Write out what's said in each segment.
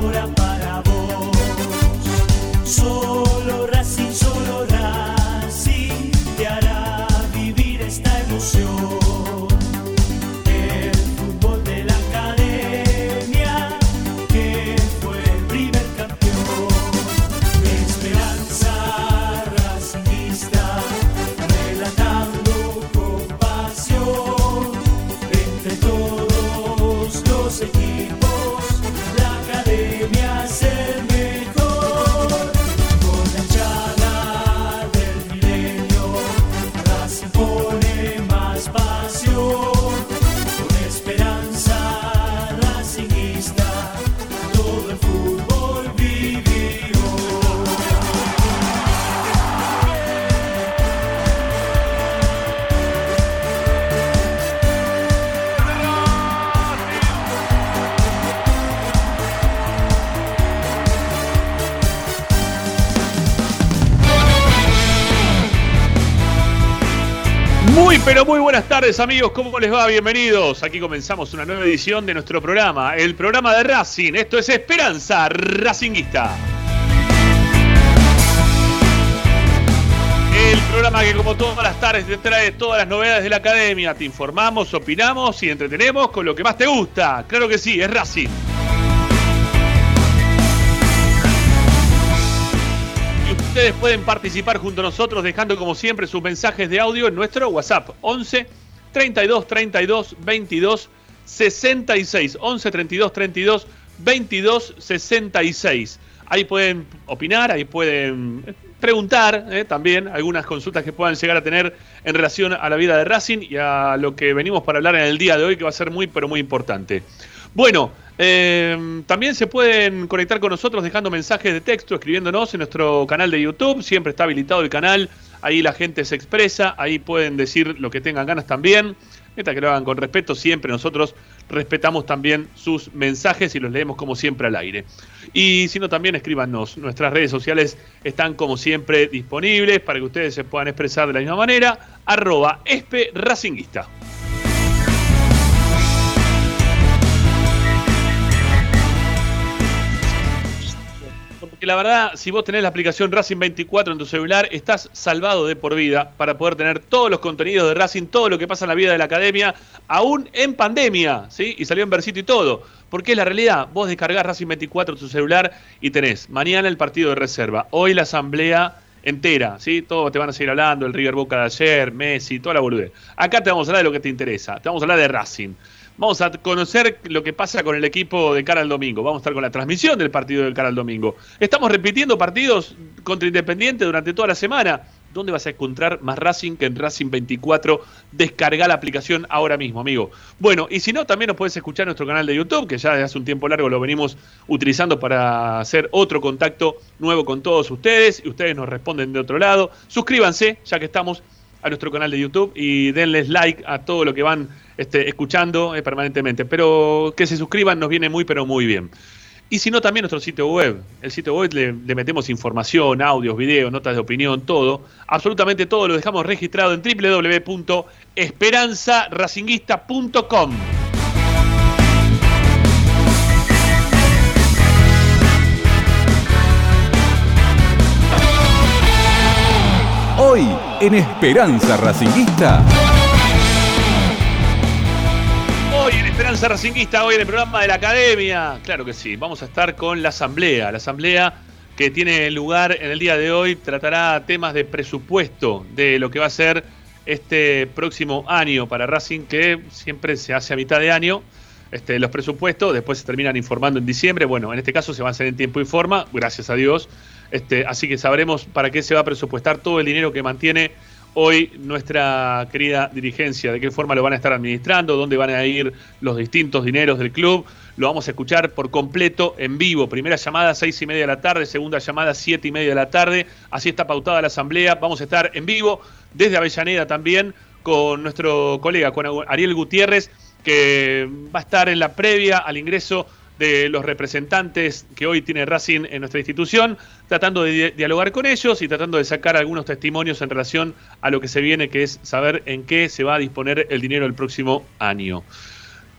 ahora para vos. Solo Racing te hará vivir esta emoción. El fútbol de la academia, que fue el primer campeón. Esperanza racingista, relatando con pasión. Entre todos los equipos, la academia es el mejor. Con la hinchada del milenio, Racing pone más pasión. Con esperanza racingista, todo el fútbol vivió. Muy pero muy buenas tardes, amigos, ¿cómo les va? Bienvenidos. Aquí comenzamos una nueva edición de nuestro programa, el programa de Racing. Esto es Esperanza Racinguista. El programa que, como todas las tardes, te trae todas las novedades de la academia. Te informamos, opinamos y entretenemos con lo que más te gusta. Claro que sí, es Racing. Ustedes pueden participar junto a nosotros dejando, como siempre, sus mensajes de audio en nuestro WhatsApp 11 32 32 22 66 11 32 32 22 66. Ahí pueden opinar, ahí pueden preguntar también algunas consultas que puedan llegar a tener en relación a la vida de Racing y a lo que venimos para hablar en el día de hoy, que va a ser muy pero muy importante. Bueno, también se pueden conectar con nosotros dejando mensajes de texto, escribiéndonos en nuestro canal de YouTube. Siempre está habilitado el canal, ahí la gente se expresa, ahí pueden decir lo que tengan ganas también. Neta, que lo hagan con respeto, siempre nosotros respetamos también sus mensajes y los leemos como siempre al aire. Y si no, también escríbanos, nuestras redes sociales están como siempre disponibles para que ustedes se puedan expresar de la misma manera, @EspeRacinguista. Porque la verdad, si vos tenés la aplicación Racing 24 en tu celular, estás salvado de por vida para poder tener todos los contenidos de Racing, todo lo que pasa en la vida de la academia, aún en pandemia, ¿sí? Y salió en versito y todo. Porque es la realidad, vos descargás Racing 24 en tu celular y tenés mañana el partido de reserva, hoy la asamblea entera, ¿sí? Todo te van a seguir hablando, el River Boca de ayer, Messi, toda la boludez. Acá te vamos a hablar de lo que te interesa, te vamos a hablar de Racing. Vamos a conocer lo que pasa con el equipo de cara al domingo. Vamos a estar con la transmisión del partido de cara al domingo. Estamos repitiendo partidos contra Independiente durante toda la semana. ¿Dónde vas a encontrar más Racing que en Racing 24? Descarga la aplicación ahora mismo, amigo. Bueno, y si no, también nos puedes escuchar en nuestro canal de YouTube, que ya desde hace un tiempo largo lo venimos utilizando para hacer otro contacto nuevo con todos ustedes. Y ustedes nos responden de otro lado. Suscríbanse, ya que estamos, a nuestro canal de YouTube y denles like a todo lo que van escuchando permanentemente. Pero que se suscriban nos viene muy pero muy bien. Y si no, también nuestro sitio web. El sitio web le metemos información, audios, videos, notas de opinión, todo. Absolutamente todo lo dejamos registrado en www.esperanzaracinguista.com. Hoy en Esperanza Racinguista. Hoy en Esperanza Racinguista, hoy en el programa de la academia. Claro que sí, vamos a estar con la asamblea. La asamblea que tiene lugar en el día de hoy tratará temas de presupuesto de lo que va a ser este próximo año para Racing, que siempre se hace a mitad de año. Los presupuestos después se terminan informando en diciembre. Bueno, en este caso se van a hacer en tiempo y forma, gracias a Dios. Así que sabremos para qué se va a presupuestar todo el dinero que mantiene hoy nuestra querida dirigencia, de qué forma lo van a estar administrando, dónde van a ir los distintos dineros del club. Lo vamos a escuchar por completo en vivo. Primera llamada 6:30 de la tarde, segunda llamada 7:30 de la tarde. Así está pautada la asamblea. Vamos a estar en vivo desde Avellaneda también con nuestro colega, con Ariel Gutiérrez, que va a estar en la previa al ingreso de los representantes que hoy tiene Racing en nuestra institución, tratando de dialogar con ellos y tratando de sacar algunos testimonios en relación a lo que se viene, que es saber en qué se va a disponer el dinero el próximo año.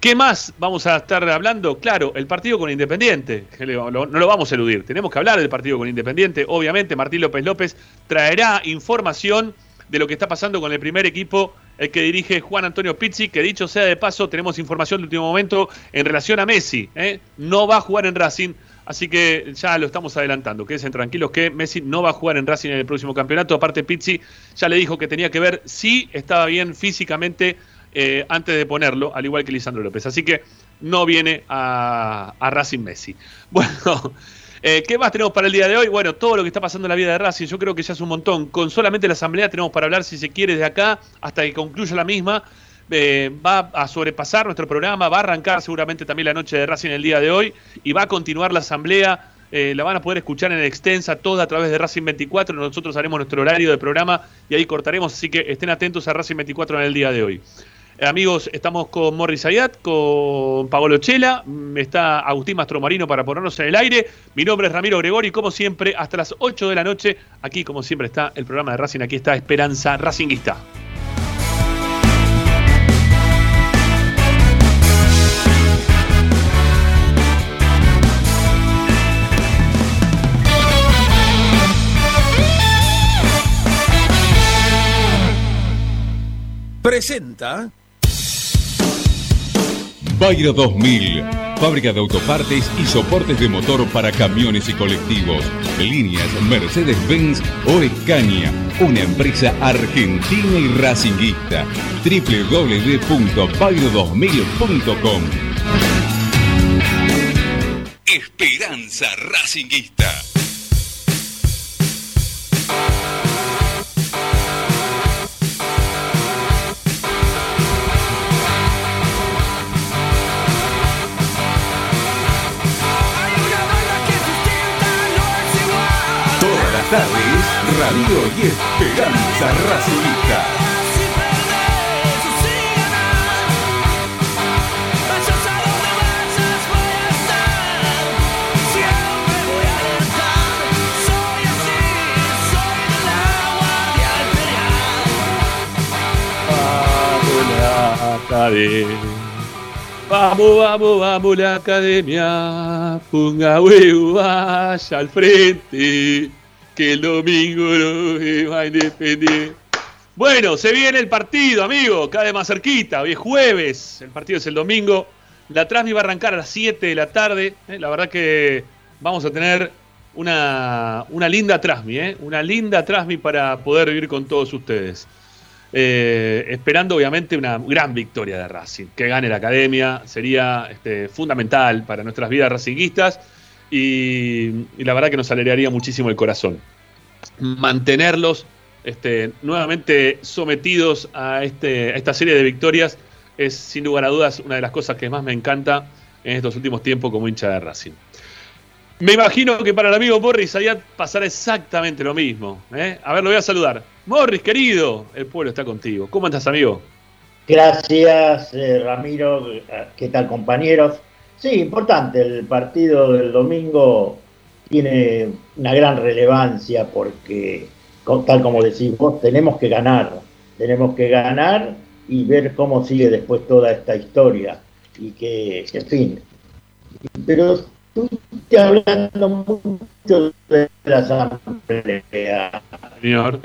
¿Qué más vamos a estar hablando? Claro, el partido con Independiente. No lo vamos a eludir. Tenemos que hablar del partido con Independiente. Obviamente, Martín López López traerá información de lo que está pasando con el primer equipo, el que dirige Juan Antonio Pizzi, que dicho sea de paso, tenemos información de último momento en relación a Messi. No va a jugar en Racing, así que ya lo estamos adelantando. Quédense tranquilos que Messi no va a jugar en Racing en el próximo campeonato. Aparte, Pizzi ya le dijo que tenía que ver si estaba bien físicamente antes de ponerlo, al igual que Lisandro López. Así que no viene a Racing Messi. Bueno, ¿qué más tenemos para el día de hoy? Bueno, todo lo que está pasando en la vida de Racing, yo creo que ya es un montón. Con solamente la asamblea tenemos para hablar, si se quiere, desde acá hasta que concluya la misma. Va a sobrepasar nuestro programa, va a arrancar seguramente también la noche de Racing el día de hoy y va a continuar la asamblea. La van a poder escuchar en extensa toda a través de Racing 24. Nosotros haremos nuestro horario de programa y ahí cortaremos, así que estén atentos a Racing 24 en el día de hoy. Amigos, estamos con Morris Ayat, con Paolo Chela, está Agustín Mastromarino para ponernos en el aire. Mi nombre es Ramiro Gregori, como siempre, hasta las 8 de la noche. Aquí, como siempre, está el programa de Racing, aquí está Esperanza Racinguista. Presenta Bayro 2000, fábrica de autopartes y soportes de motor para camiones y colectivos. Líneas Mercedes-Benz o Escaña, una empresa argentina y racinguista. www.bayro2000.com. Esperanza Racinguista. Tardes, Radio y Esperanza Racinguista. Vamos la academia, ponga huevo, vaya al frente, que el domingo no va a Independiente. Bueno, se viene el partido, amigo, cada vez más cerquita. Hoy es jueves, el partido es el domingo. La transmi va a arrancar a las 7 de la tarde. La verdad que vamos a tener una linda transmi, una linda transmi para poder vivir con todos ustedes. Esperando obviamente una gran victoria de Racing. Que gane la academia sería fundamental para nuestras vidas racinguistas. Y la verdad que nos alegraría muchísimo el corazón. Mantenerlos nuevamente sometidos a esta serie de victorias es sin lugar a dudas una de las cosas que más me encanta en estos últimos tiempos como hincha de Racing. Me imagino que para el amigo Morris allá pasará exactamente lo mismo. A ver, lo voy a saludar. Morris, querido, el pueblo está contigo. ¿Cómo estás, amigo? Gracias, Ramiro. ¿Qué tal, compañeros? Sí, importante, el partido del domingo tiene una gran relevancia porque, tal como decís vos, tenemos que ganar y ver cómo sigue después toda esta historia y que en fin. Pero estuviste hablando mucho de la asamblea. Señor.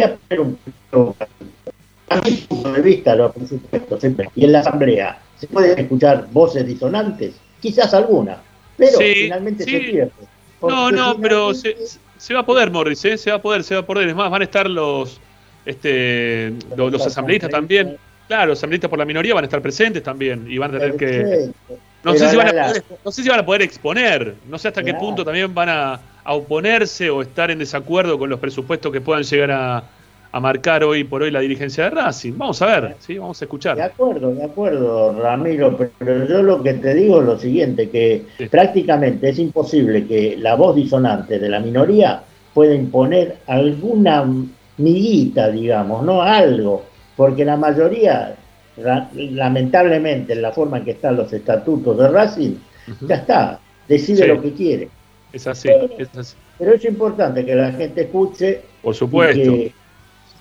A mi punto de vista, los presupuestos siempre, y en la asamblea, ¿se pueden escuchar voces disonantes? Quizás alguna, pero sí, finalmente sí. Se pierde. No, Finalmente... pero se va a poder, Morris, se va a poder. Es más, van a estar los asambleístas también. Claro, los asambleístas por la minoría van a estar presentes también y van a tener que... No sé si van a poder exponer, no sé hasta qué punto también van a oponerse o estar en desacuerdo con los presupuestos que puedan llegar a marcar hoy por hoy la dirigencia de Racing. Vamos a ver, ¿sí? Vamos a escuchar. De acuerdo, Ramiro, pero yo lo que te digo es lo siguiente, que prácticamente es imposible que la voz disonante de la minoría pueda imponer alguna miguita, digamos, ¿no? Algo, porque la mayoría, lamentablemente, en la forma en que están los estatutos de Racing, ya está, decide lo que quiere. Es así, Pero es importante que la gente escuche. Por supuesto.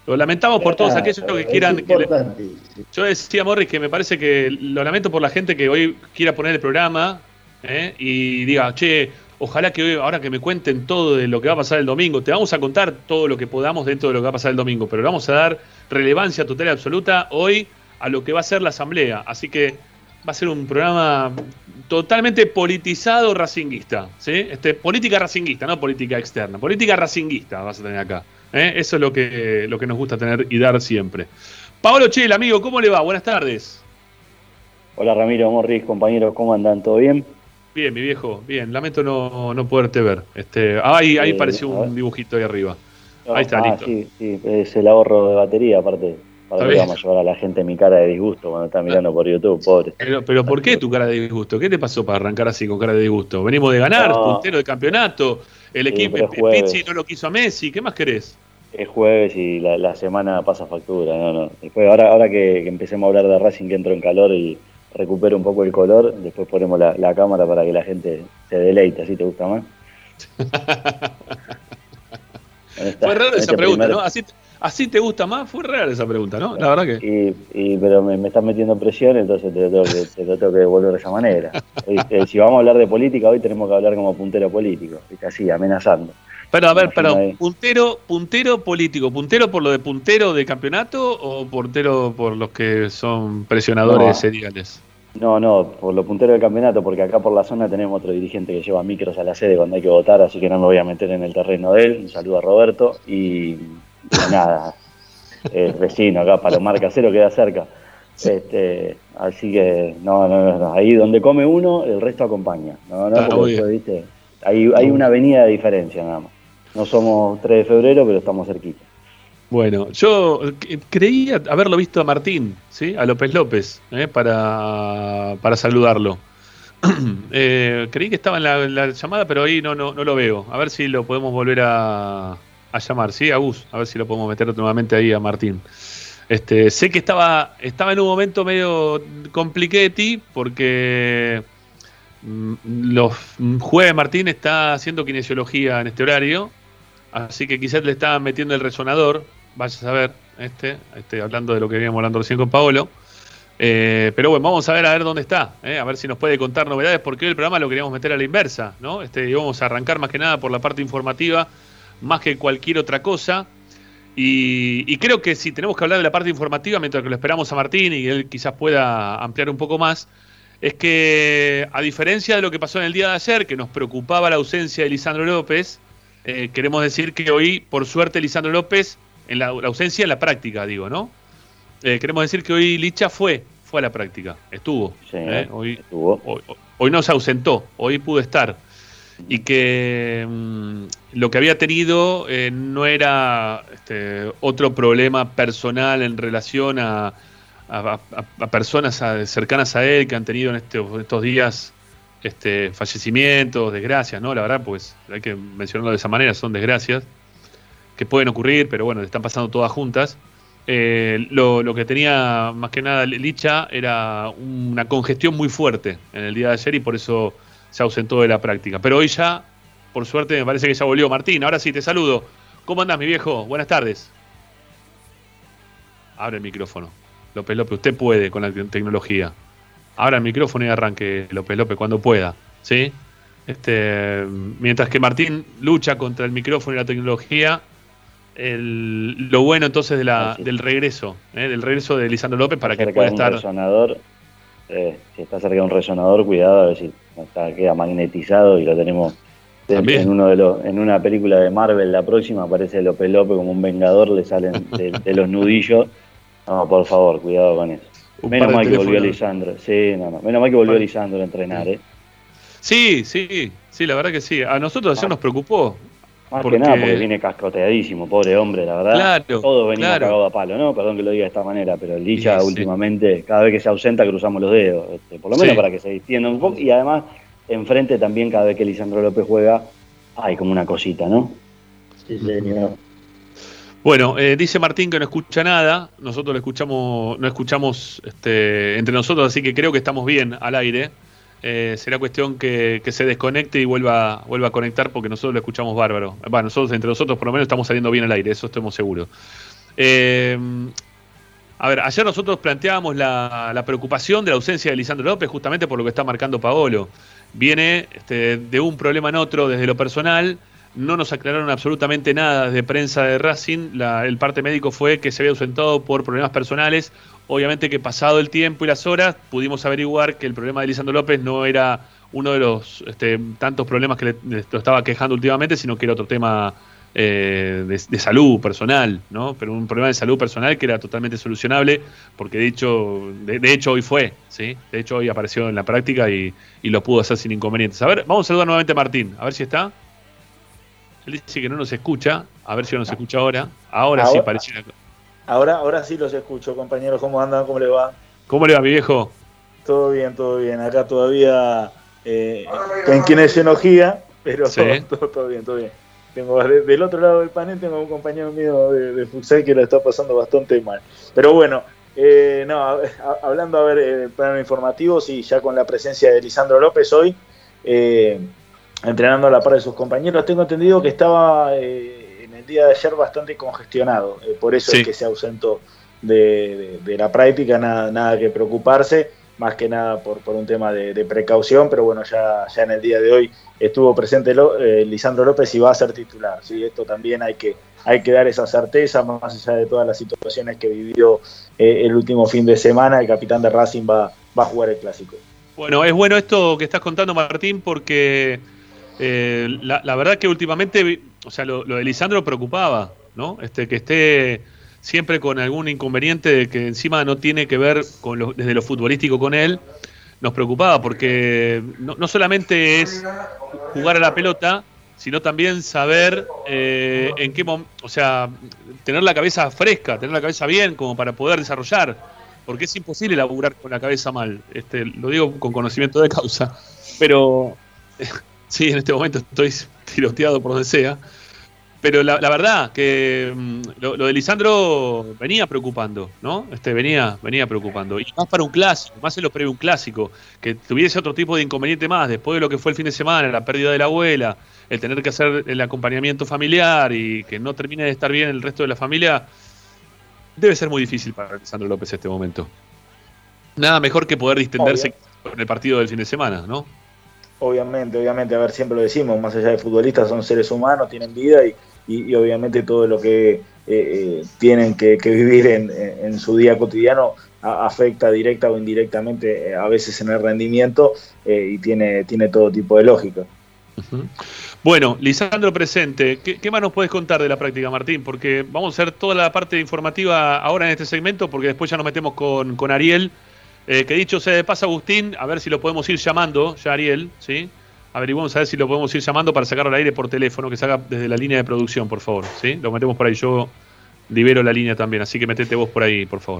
Lo lamentamos por todos aquellos que quieran. Yo decía, Morris, que me parece que lo lamento por la gente que hoy quiera poner el programa y diga, che, ojalá que hoy, ahora que me cuenten todo de lo que va a pasar el domingo, te vamos a contar todo lo que podamos dentro de lo que va a pasar el domingo, pero le vamos a dar relevancia total y absoluta hoy a lo que va a ser la asamblea. Así que va a ser un programa totalmente politizado racinguista, ¿sí? Política racinguista, no política externa. Política racinguista vas a tener acá. Eso es lo que nos gusta tener y dar siempre. Paolo Chela, amigo, ¿cómo le va? Buenas tardes. Hola Ramiro, Morris, compañeros, ¿cómo andan? ¿Todo bien? Bien, mi viejo, bien. Lamento no poderte ver. Ahí pareció un dibujito ahí arriba. Ahí está, listo. Sí, es el ahorro de batería, aparte. Para que vamos a llevar a la gente mi cara de disgusto cuando está mirando por YouTube, pobre. Pero ¿por qué tu cara de disgusto? ¿Qué te pasó para arrancar así con cara de disgusto? Venimos de ganar, puntero de campeonato, el equipo Pizzi no lo quiso a Messi, ¿qué más querés? Es jueves y la semana pasa factura, no. Después, ahora que empecemos a hablar de Racing, que entro en calor y recupero un poco el color, después ponemos la cámara para que la gente se deleite, ¿así te gusta más? Fue rara esa pregunta, ¿no? ¿Así te gusta más? Fue rara esa pregunta, ¿no? La verdad que... Pero me estás metiendo presión, entonces te lo tengo que devolver de esa manera. Si vamos a hablar de política, hoy tenemos que hablar como puntero político, así, amenazando. Pero a ver, puntero político, ¿puntero por lo de puntero de campeonato o puntero por los que son presionadores seriales? No, por lo puntero del campeonato, porque acá por la zona tenemos otro dirigente que lleva micros a la sede cuando hay que votar, así que no me voy a meter en el terreno de él. Un saludo a Roberto y nada, vecino acá, Palomar Casero queda cerca. Así que no, ahí donde come uno, el resto acompaña. Porque después, ¿viste? Hay una avenida de diferencia nada más. No somos 3 de febrero, pero estamos cerquita. Bueno, yo creía haberlo visto a Martín, ¿sí? A López, para saludarlo. Creí que estaba en la llamada, pero ahí no lo veo. A ver si lo podemos volver a llamar, ¿sí? A Gus, a ver si lo podemos meter nuevamente ahí a Martín. Sé que estaba en un momento medio compliquetti, porque los jueves Martín está haciendo kinesiología en este horario, así que quizás le estaban metiendo el resonador, vaya a saber, hablando de lo que veníamos hablando recién con Paolo. Pero bueno, vamos a ver dónde está, a ver si nos puede contar novedades, porque hoy el programa lo queríamos meter a la inversa, ¿no? Y vamos a arrancar más que nada por la parte informativa, más que cualquier otra cosa. Y creo que si tenemos que hablar de la parte informativa, mientras que lo esperamos a Martín y él quizás pueda ampliar un poco más, es que a diferencia de lo que pasó en el día de ayer, que nos preocupaba la ausencia de Lisandro López, queremos decir que hoy, por suerte, Lisandro López, en la ausencia en la práctica, digo, ¿no? Queremos decir que hoy Licha fue a la práctica, estuvo. Sí, hoy estuvo. Hoy no se ausentó, hoy pudo estar. Y que lo que había tenido no era otro problema personal en relación a personas cercanas a él que han tenido en estos días fallecimientos, desgracias, ¿no? La verdad, pues hay que mencionarlo de esa manera, son desgracias que pueden ocurrir, pero bueno, están pasando todas juntas. Lo que tenía más que nada Licha era una congestión muy fuerte en el día de ayer y por eso se ausentó de la práctica. Pero hoy ya, por suerte, me parece que ya volvió Martín. Ahora sí, te saludo. ¿Cómo andás, mi viejo? Buenas tardes. Abre el micrófono. López, usted puede con la tecnología. Abra el micrófono y arranque, López, cuando pueda. ¿Sí? Mientras que Martín lucha contra el micrófono y la tecnología, lo bueno entonces del regreso de Lisandro López para que pueda estar... Si está cerca de un resonador, cuidado, a ver si queda magnetizado y lo tenemos en una película de Marvel. La próxima aparece López como un vengador, le salen de los nudillos. No, por favor, cuidado con eso. Menos mal que volvió Lisandro. Sí, menos mal que volvió Lisandro a entrenar, Sí, la verdad que sí. A nosotros ayer nos preocupó. Más que nada porque viene cascoteadísimo, pobre hombre, la verdad. Claro, todos venimos cagados a palo, ¿no? Perdón que lo diga de esta manera, pero el Licha últimamente, cada vez que se ausenta, cruzamos los dedos. Por lo menos para que se distienda un poco. Y además, enfrente también, cada vez que Lisandro López juega, hay como una cosita, ¿no? Sí, señor. Bueno, dice Martín que no escucha nada. Nosotros no escuchamos entre nosotros, así que creo que estamos bien al aire. Será cuestión que se desconecte y vuelva a conectar porque nosotros lo escuchamos bárbaro. Nosotros entre nosotros por lo menos estamos saliendo bien al aire, eso estamos seguros. A ver, ayer nosotros planteábamos la preocupación de la ausencia de Lisandro López justamente por lo que está marcando Paolo. Viene de un problema en otro desde lo personal, no nos aclararon absolutamente nada desde prensa de Racing, el parte médico fue que se había ausentado por problemas personales, obviamente que pasado el tiempo y las horas pudimos averiguar que el problema de Lisandro López no era uno de los tantos problemas que lo estaba quejando últimamente, sino que era otro tema de salud personal, ¿no? Pero un problema de salud personal que era totalmente solucionable, porque de hecho hoy fue, ¿sí? De hecho hoy apareció en la práctica y lo pudo hacer sin inconvenientes. A ver, vamos a saludar nuevamente a Martín, a ver si está. Él dice que no nos escucha, a ver si nos escucha ahora. Ahora sí pareciera. Ahora sí los escucho, compañeros. ¿Cómo andan? ¿Cómo les va? ¿Cómo le va, mi viejo? Todo bien, todo bien. Acá todavía en kinesiología, pero sí. todo bien, todo bien. Tengo del otro lado del panel tengo un compañero mío de futsal que la está pasando bastante mal. Pero bueno, hablando plano informativo, sí, ya con la presencia de Lisandro López hoy, entrenando a la par de sus compañeros, tengo entendido que estaba en el día de ayer bastante congestionado, por eso sí. Es que se ausentó de la práctica, nada que preocuparse, más que nada por un tema de precaución, pero bueno, ya en el día de hoy estuvo presente Lisandro López y va a ser titular, ¿sí? Esto también hay que dar esa certeza, más allá de todas las situaciones que vivió el último fin de semana, el capitán de Racing va a jugar el Clásico. Bueno, es bueno esto que estás contando, Martín, porque la verdad que últimamente, o sea, lo de Lisandro preocupaba, ¿no? Que esté siempre con algún inconveniente de que encima no tiene que ver desde lo futbolístico con él, nos preocupaba porque no solamente es jugar a la pelota, sino también saber en qué momento, o sea, tener la cabeza fresca, tener la cabeza bien como para poder desarrollar, porque es imposible laburar con la cabeza mal, lo digo con conocimiento de causa, pero sí, en este momento estoy tiroteado por donde sea. Pero la verdad que lo de Lisandro venía preocupando, ¿no? Venía preocupando. Y más para un clásico, más en lo previo un clásico, que tuviese otro tipo de inconveniente más, después de lo que fue el fin de semana, la pérdida de la abuela, el tener que hacer el acompañamiento familiar y que no termine de estar bien el resto de la familia, debe ser muy difícil para Lisandro López este momento. Nada mejor que poder distenderse en el partido del fin de semana, ¿no? Obviamente, a ver, siempre lo decimos, más allá de futbolistas, son seres humanos, tienen vida y obviamente todo lo que tienen que vivir en su día cotidiano afecta directa o indirectamente a veces en el rendimiento y tiene todo tipo de lógica. Uh-huh. Bueno, Lisandro presente, ¿qué más nos puedes contar de la práctica, Martín? Porque vamos a hacer toda la parte informativa ahora en este segmento, porque después ya nos metemos con Ariel. Que dicho sea de paso, Agustín, a ver si lo podemos ir llamando, ya Ariel, ¿sí? Averiguamos a ver si lo podemos ir llamando para sacarlo al aire por teléfono, que se haga desde la línea de producción, por favor, ¿sí? Lo metemos por ahí, yo libero la línea también, así que metete vos por ahí, por favor.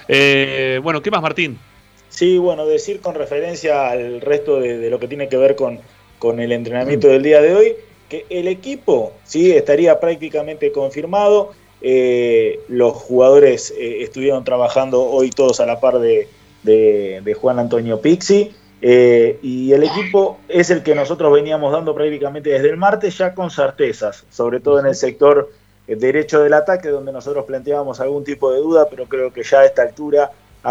Bueno, ¿qué más, Martín? Sí, bueno, decir con referencia al resto de lo que tiene que ver con el entrenamiento del día de hoy, que el equipo, sí, estaría prácticamente confirmado, los jugadores estuvieron trabajando hoy todos a la par de Juan Antonio Pizzi, y el equipo es el que nosotros veníamos dando prácticamente desde el martes, ya con certezas, sobre todo en el sector derecho del ataque, donde nosotros planteábamos algún tipo de duda, pero creo que ya a esta altura,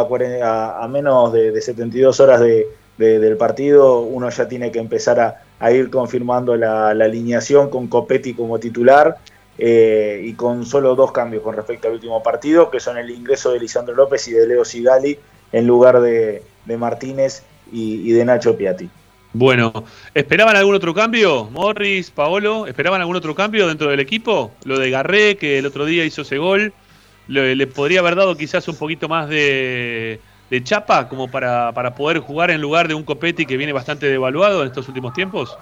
a menos de 72 horas del partido, uno ya tiene que empezar a ir confirmando la alineación con Copetti como titular, y con solo 2 cambios con respecto al último partido, que son el ingreso de Lisandro López y de Leo Sigali en lugar de Martínez y de Nacho Piatti. Bueno, ¿esperaban algún otro cambio? Morris, Paolo, ¿esperaban algún otro cambio dentro del equipo? Lo de Garré, que el otro día hizo ese gol, ¿le podría haber dado quizás un poquito más de chapa como para poder jugar en lugar de un Copetti que viene bastante devaluado en estos últimos tiempos?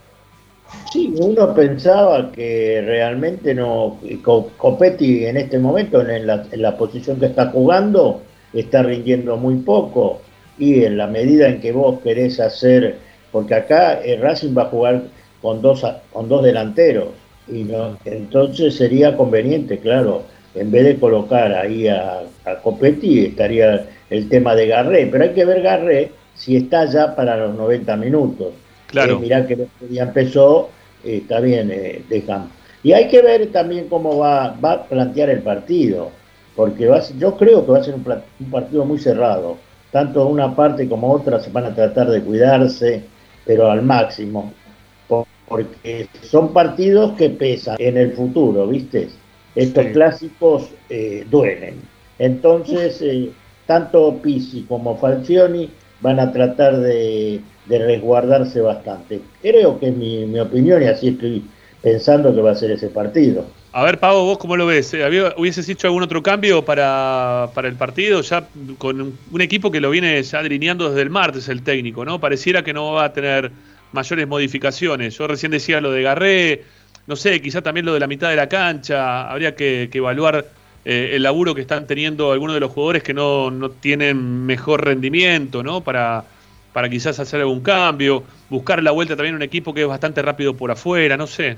Sí, uno pensaba que realmente no, Copetti en este momento, en la posición que está jugando, está rindiendo muy poco, y en la medida en que vos querés hacer, porque acá Racing va a jugar con dos delanteros, y no, entonces sería conveniente, claro, en vez de colocar ahí a Copetti, estaría el tema de Garré, pero hay que ver Garré si está ya para los 90 minutos. Claro. Mirá que ya empezó, está bien, Y hay que ver también cómo va a plantear el partido, porque yo creo que va a ser un partido muy cerrado. Tanto una parte como otra se van a tratar de cuidarse, pero al máximo, porque son partidos que pesan en el futuro, ¿viste? Estos clásicos duelen. Entonces, tanto Pizzi como Falcioni van a tratar de resguardarse bastante. Creo que es mi opinión y así estoy pensando que va a ser ese partido. A ver, Pavo, ¿vos cómo lo ves? ¿Hubieses hecho algún otro cambio para el partido? Ya con un equipo que lo viene ya delineando desde el martes el técnico, ¿no? Pareciera que no va a tener mayores modificaciones. Yo recién decía lo de Garré, no sé, quizá también lo de la mitad de la cancha. Habría que evaluar el laburo que están teniendo algunos de los jugadores que no tienen mejor rendimiento, ¿no? Para quizás hacer algún cambio, buscar la vuelta también a un equipo que es bastante rápido por afuera, no sé.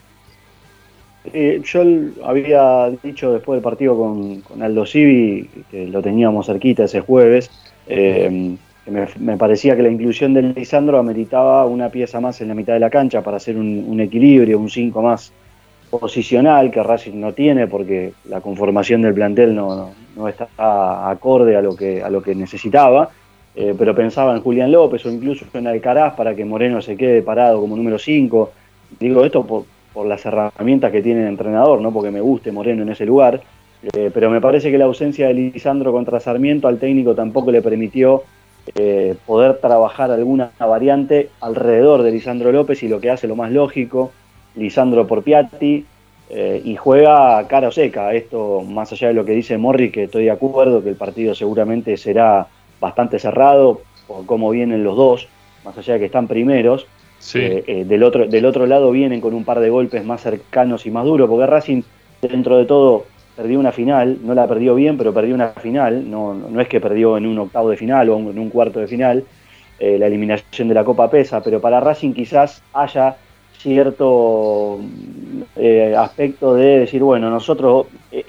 Yo había dicho después del partido con Aldo Civi, que lo teníamos cerquita ese jueves, que me parecía que la inclusión de Lisandro ameritaba una pieza más en la mitad de la cancha para hacer un equilibrio, un 5 más posicional, que Racing no tiene porque la conformación del plantel no está acorde a lo que necesitaba, pero pensaba en Julián López o incluso en Alcaraz para que Moreno se quede parado como número 5. Digo esto por las herramientas que tiene el entrenador, no porque me guste Moreno en ese lugar, pero me parece que la ausencia de Lisandro contra Sarmiento al técnico tampoco le permitió poder trabajar alguna variante alrededor de Lisandro López, y lo que hace lo más lógico, Lisandro por Piatti, y juega cara o seca. Esto más allá de lo que dice Morri, que estoy de acuerdo que el partido seguramente será bastante cerrado por cómo vienen los dos, más allá de que están primeros. Sí. Del otro lado vienen con un par de golpes más cercanos y más duros, porque Racing dentro de todo perdió una final, no la perdió bien, pero perdió una final, no es que perdió en un octavo de final o en un cuarto de final. La eliminación de la Copa pesa, pero para Racing quizás haya cierto aspecto de decir, bueno, nosotros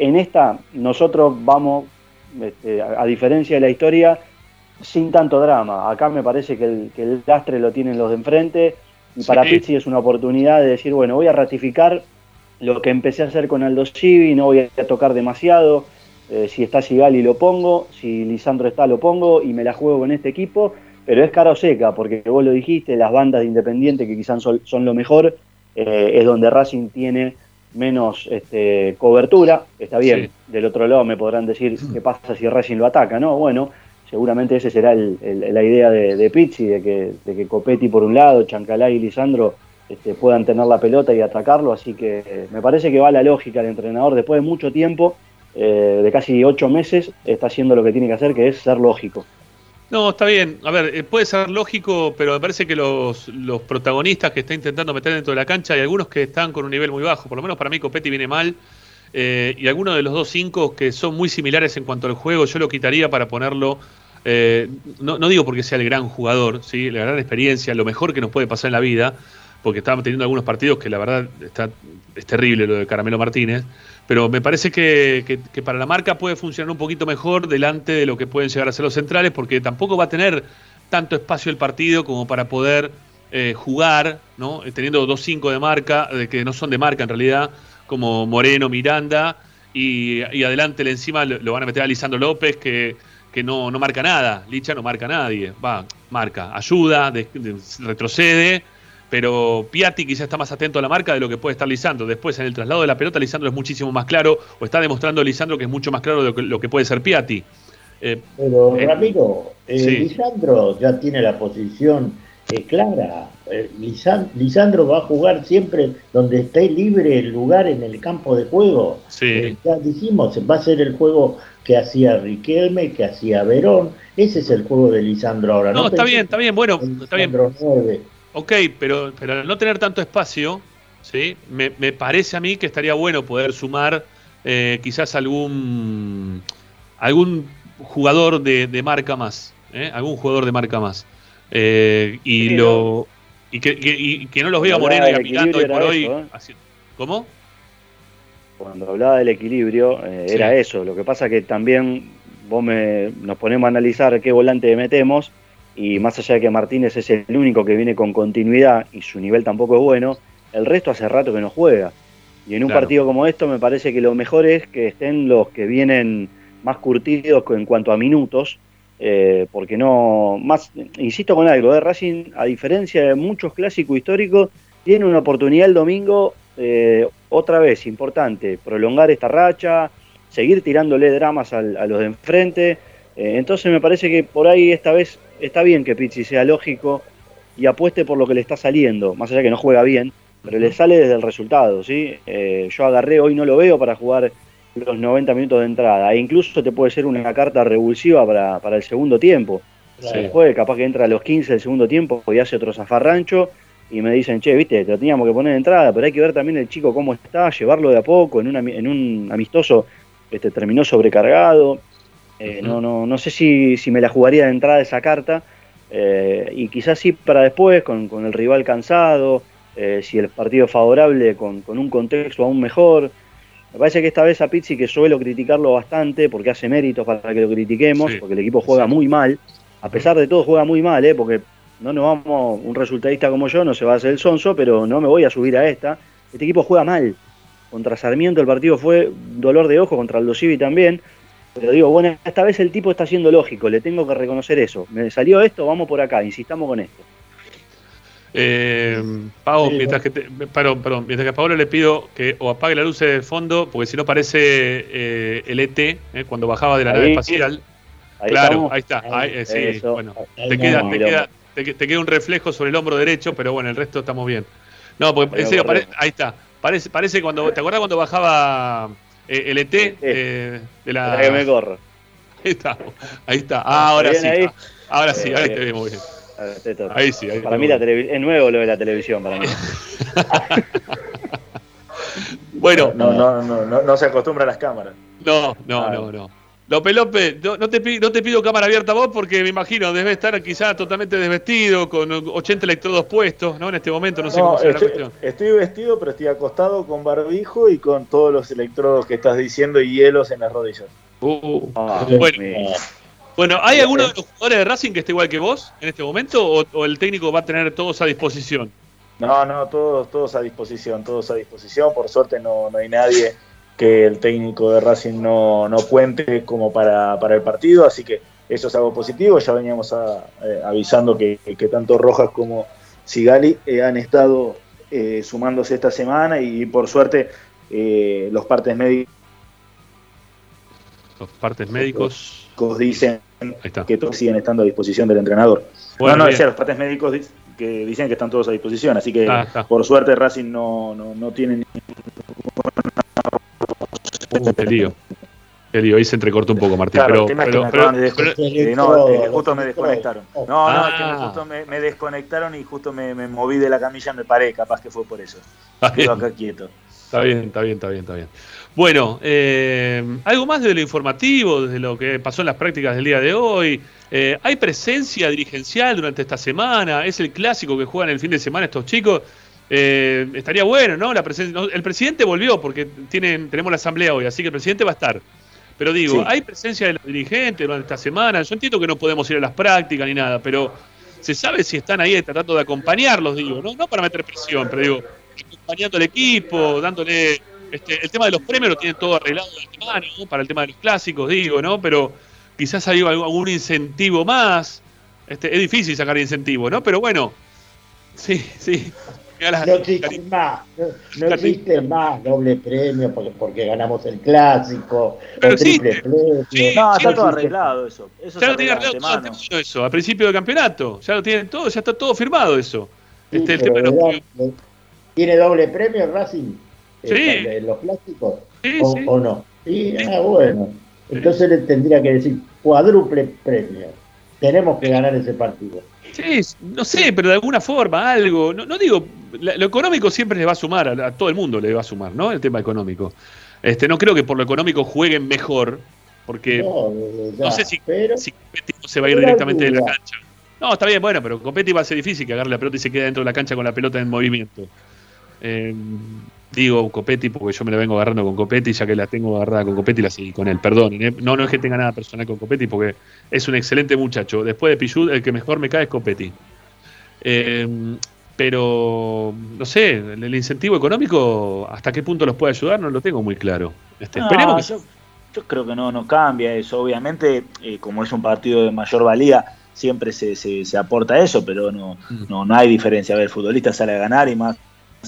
vamos, a diferencia de la historia, sin tanto drama. Acá me parece que el lastre lo tienen los de enfrente, y para Pizzi es una oportunidad de decir, bueno, voy a ratificar lo que empecé a hacer con Aldo Civi, no voy a tocar demasiado, si está Sigali lo pongo, si Lisandro está lo pongo y me la juego con este equipo, pero es cara o seca, porque vos lo dijiste, las bandas de Independiente que quizás son lo mejor, es donde Racing tiene menos cobertura. Está bien, sí. Del otro lado me podrán decir qué pasa si Racing lo ataca, ¿no? Bueno, seguramente esa será la idea de Pizzi, de que Copetti por un lado, Chancalay y Lisandro puedan tener la pelota y atacarlo, así que me parece que va la lógica del entrenador, después de mucho tiempo, de casi 8 meses, está haciendo lo que tiene que hacer, que es ser lógico. No, está bien. A ver, puede ser lógico, pero me parece que los protagonistas que está intentando meter dentro de la cancha, hay algunos que están con un nivel muy bajo, por lo menos para mí Copetti viene mal, y algunos de los 2-5 que son muy similares en cuanto al juego, yo lo quitaría para ponerlo, no digo porque sea el gran jugador, ¿sí? La gran experiencia, lo mejor que nos puede pasar en la vida, porque estaban teniendo algunos partidos que la verdad es terrible lo de Caramelo Martínez, pero me parece que para la marca puede funcionar un poquito mejor delante de lo que pueden llegar a ser los centrales, porque tampoco va a tener tanto espacio el partido como para poder jugar, ¿no? Teniendo 2-5 de marca, que no son de marca en realidad, como Moreno, Miranda, y adelante encima lo van a meter a Lisandro López, que no marca nada. Licha no marca a nadie, marca, ayuda, retrocede, pero Piatti quizás está más atento a la marca de lo que puede estar Lisandro. Después, en el traslado de la pelota, Lisandro es muchísimo más claro, o está demostrando Lisandro que es mucho más claro de lo que puede ser Piatti. Pero Ramiro, sí. Lisandro ya tiene la posición clara. Lisandro va a jugar siempre donde esté libre el lugar en el campo de juego. Sí. Ya dijimos, va a ser el juego que hacía Riquelme, que hacía Verón. Ese es el juego de Lisandro ahora. No, está bien, bueno, está bien. 9. Ok, pero al no tener tanto espacio, ¿sí? Me parece a mí que estaría bueno poder sumar quizás algún jugador de marca más, algún jugador de marca más, y que no los vea Moreno y a Miranda hoy por hoy. ¿Cómo? Cuando hablaba del equilibrio, era eso. Lo que pasa que también nos ponemos a analizar qué volante metemos, y más allá de que Martínez es el único que viene con continuidad y su nivel tampoco es bueno, el resto hace rato que no juega. Y en un Claro. partido como esto me parece que lo mejor es que estén los que vienen más curtidos en cuanto a minutos, porque no, más, insisto con algo, Racing, a diferencia de muchos clásicos históricos, tiene una oportunidad el domingo, otra vez, importante, prolongar esta racha, seguir tirándole dramas a los de enfrente. Entonces me parece que por ahí esta vez está bien que Pizzi sea lógico y apueste por lo que le está saliendo, más allá que no juega bien, pero le sale desde el resultado, ¿sí? Yo agarré, hoy no lo veo para jugar los 90 minutos de entrada, e incluso te puede ser una carta revulsiva para el segundo tiempo. Sí. Después capaz que entra a los 15 del segundo tiempo y hace otro zafarrancho y me dicen, che, viste, te lo teníamos que poner de entrada, pero hay que ver también el chico cómo está, llevarlo de a poco, en un amistoso terminó sobrecargado. No sé si me la jugaría de entrada esa carta, y quizás sí para después, con el rival cansado, si el partido es favorable, con un contexto aún mejor. Me parece que esta vez a Pizzi, que suelo criticarlo bastante porque hace méritos para que lo critiquemos, Sí. porque el equipo juega muy mal, a pesar de todo juega muy mal, porque no nos vamos, un resultadista como yo no se va a hacer el sonso, pero no me voy a subir a esta. Este equipo juega mal. Contra Sarmiento el partido fue dolor de ojo, contra Aldo Civi también. Pero digo, bueno, esta vez el tipo está siendo lógico, le tengo que reconocer eso. Me salió esto, vamos por acá, insistamos con esto. Pau, Sí, mientras que mientras que a Paolo le pido que o apague la luz de fondo, porque si no parece el ET, cuando bajaba de la nave Ahí. espacial. Ahí Claro, estamos. ahí está. Sí, Eso. bueno. Ahí Te no, queda un reflejo sobre el hombro derecho, pero bueno, el resto estamos bien. No, porque en serio, ahí está. Parece cuando. ¿Te acordás cuando bajaba el ET de la. Espera que me corro. Ahí está. Ahí está. Ahora sí. ¿Bien ahí? Ahora sí, ahora te vemos bien. A ver, te toca. Ahí sí. Ahí Para te mí vemos bien. es nuevo lo de la televisión para mí. Bueno, No se acostumbra a las cámaras. no. López, no te pido cámara abierta a vos porque me imagino, debes estar quizás totalmente desvestido, con 80 electrodos puestos, ¿no? En este momento, no sé cómo será la cuestión. Estoy vestido, pero estoy acostado con barbijo y con todos los electrodos que estás diciendo y hielos en las rodillas. Bueno, ¿hay alguno de los jugadores de Racing que esté igual que vos en este momento o el técnico va a tener todos a disposición? No, todos a disposición, Por suerte no hay nadie que el técnico de Racing no cuente como para el partido, así que eso es algo positivo. Ya veníamos avisando que tanto Rojas como Sigali han estado sumándose esta semana y por suerte los partes médicos dicen Ahí está. que todos siguen estando a disposición del entrenador. Bueno, bien. Decía, los partes médicos que dicen que están todos a disposición, así que Está. por suerte Racing no tiene Qué lío, ahí se entrecortó un poco, Martín. Claro, pero, el tema es que me acaban de justo me desconectaron. No, es que justo me desconectaron y justo me moví de la camilla, me paré, capaz que fue por eso. Quedo acá quieto. Está bien. Bueno, algo más de lo informativo, de lo que pasó en las prácticas del día de hoy. ¿Hay presencia dirigencial durante esta semana? ¿Es el clásico que juegan el fin de semana estos chicos? Estaría bueno, ¿no? La presencia. El presidente volvió porque tenemos la asamblea hoy, así que el presidente va a estar. Pero digo, Sí. ¿hay presencia de los dirigentes durante esta semana? Yo entiendo que no podemos ir a las prácticas ni nada, pero ¿se sabe si están ahí tratando de acompañarlos? Digo, no para meter presión, pero digo, acompañando al equipo, dándole. El tema de los premios lo tienen todo arreglado de antemano, ¿no? Para el tema de los clásicos, digo, ¿no? Pero quizás hay algún incentivo más. Es difícil sacar incentivo, ¿no? Pero bueno, sí. No existe más doble premio porque ganamos el clásico, Pero o triple existe. premio. Sí, No, sí, está todo existe. arreglado eso. Eso Ya se lo tiene arregla de arreglado todo antemano. antemano eso, a principio del campeonato. Ya lo tienen todo, ya está todo firmado eso. Sí, El pero tema de los ¿verdad? ¿Tiene doble premio Racing? Sí. ¿De los clásicos? Sí, ¿O, sí. o no? Sí, bueno. Entonces le tendría que decir cuádruple premio. Tenemos que ganar ese partido. Sí, no sé, pero de alguna forma, algo. No digo, lo económico siempre le va a sumar, a todo el mundo le va a sumar, ¿no? El tema económico. No creo que por lo económico jueguen mejor, porque no sé si Copetti no se va a ir Pero directamente de la duda. cancha. No, está bien, bueno, pero Copetti va a ser difícil que agarre la pelota y se quede dentro de la cancha con la pelota en movimiento. Digo Copetti porque yo me la vengo agarrando con Copetti, ya que la tengo agarrada con Copetti la seguí con él, perdonen, no es que tenga nada personal con Copetti porque es un excelente muchacho. Después de Pichud, el que mejor me cae es Copetti. pero no sé, el incentivo económico, ¿hasta qué punto los puede ayudar? No lo tengo muy claro. Esperemos que... Yo creo que no cambia eso. Obviamente, como es un partido de mayor valía, siempre se aporta eso, pero no hay diferencia. A ver, el futbolista sale a ganar y más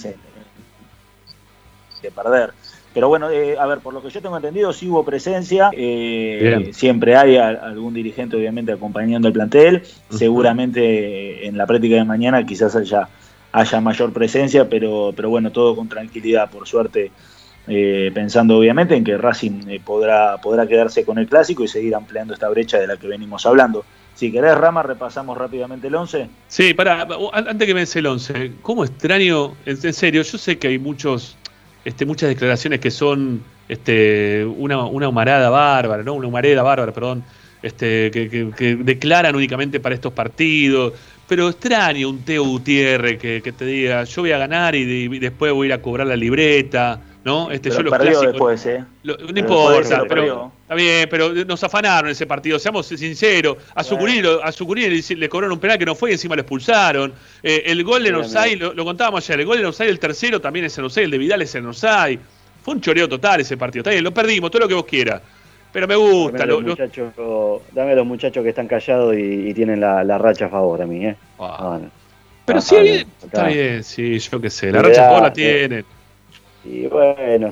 que perder. Pero bueno, a ver, por lo que yo tengo entendido, sí hubo presencia. Siempre hay algún dirigente, obviamente, acompañando el plantel. Seguramente en la práctica de mañana quizás haya mayor presencia, pero bueno, todo con tranquilidad, por suerte. Pensando obviamente en que Racing podrá quedarse con el clásico y seguir ampliando esta brecha de la que venimos hablando. Si querés, Rama, repasamos rápidamente el 11. Sí, antes que me des el 11, ¿cómo extraño? En serio, yo sé que hay muchas declaraciones que son una humareda bárbara, ¿no? Una humareda bárbara, perdón, que declaran únicamente para estos partidos. Pero extraño un Teo Gutiérrez que te diga, yo voy a ganar y después voy a ir a cobrar la libreta, ¿no? Pero yo los perdió clásicos, después, no importa, pero está bien, pero nos afanaron ese partido, seamos sinceros. A Sucurini le cobraron un penal que no fue y encima lo expulsaron. El gol de Orsay, lo contábamos ayer, el gol de Orsay, el tercero también es en Orsay, el de Vidal es en Orsay. Fue un choreo total ese partido. Está bien, lo perdimos, todo lo que vos quieras. Pero me gusta. Dame a los muchachos que están callados y tienen la racha a favor a mí, ¿eh? Bueno. Pero sí, está bien, sí, yo qué sé. La racha a favor la tienen. Y bueno,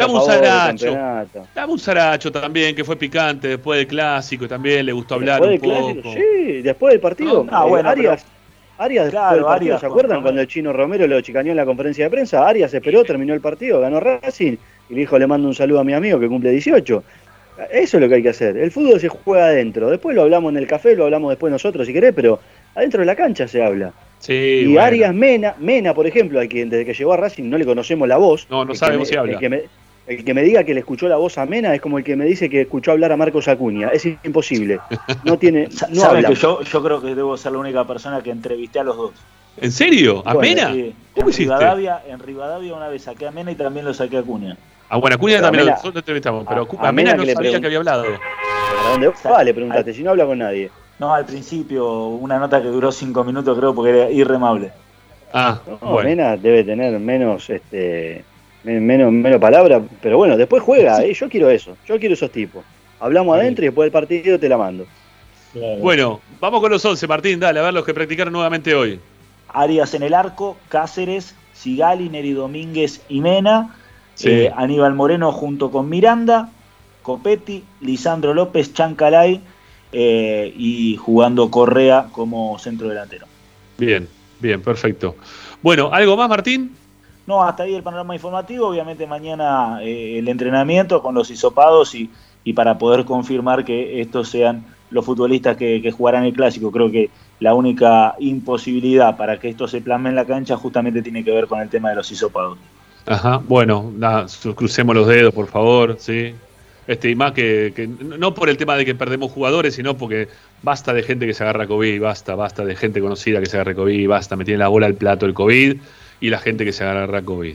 dame un Saracho también, que fue picante después del clásico, y también le gustó hablar un poco. Sí, después del partido. Arias después del partido, ¿se acuerdan cuando el Chino Romero lo chicaneó en la conferencia de prensa? Arias esperó, terminó el partido, ganó Racing y le dijo, le mando un saludo a mi amigo que cumple 18. Eso es lo que hay que hacer. El fútbol se juega adentro. Después lo hablamos en el café, lo hablamos después nosotros si querés, pero adentro de la cancha se habla. Sí, y bueno. Arias Mena, por ejemplo, desde que llegó a Racing no le conocemos la voz. No sabemos si habla. El que me diga que le escuchó la voz a Mena es como el que me dice que escuchó hablar a Marcos Acuña. Es imposible. No habla. Que yo creo que debo ser la única persona que entrevisté a los dos. ¿En serio? ¿A Mena? Sí. ¿Cómo hiciste? En Rivadavia una vez saqué a Mena y también lo saqué a Acuña. Bueno, Acuña también nosotros entrevistamos, pero a Mena no sabía que había hablado. ¿A dónde va? Le preguntaste, si no habla con nadie. No, al principio, una nota que duró 5 minutos creo porque era irremable. Bueno. Mena debe tener menos palabras, pero bueno, después juega, sí. Yo quiero eso, yo quiero esos tipos. Hablamos adentro y después del partido te la mando. Claro. Bueno, vamos con los 11, Martín, dale, a ver los que practicaron nuevamente hoy. Arias en el arco, Cáceres, Sigali, Neri Domínguez y Mena. Sí. Aníbal Moreno junto con Miranda, Copetti, Lisandro López, Chancalay y jugando Correa como centro delantero. Bien, perfecto. Bueno, ¿algo más, Martín? No, hasta ahí el panorama informativo. Obviamente mañana el entrenamiento con los hisopados y para poder confirmar que estos sean los futbolistas que jugarán el clásico. Creo que la única imposibilidad para que esto se plasme en la cancha justamente tiene que ver con el tema de los hisopados. Ajá, bueno, crucemos los dedos, por favor, sí. Y más que no por el tema de que perdemos jugadores, sino porque basta de gente que se agarra COVID, basta de gente conocida que se agarra COVID, basta, me tiene la bola al plato el COVID y la gente que se agarra COVID.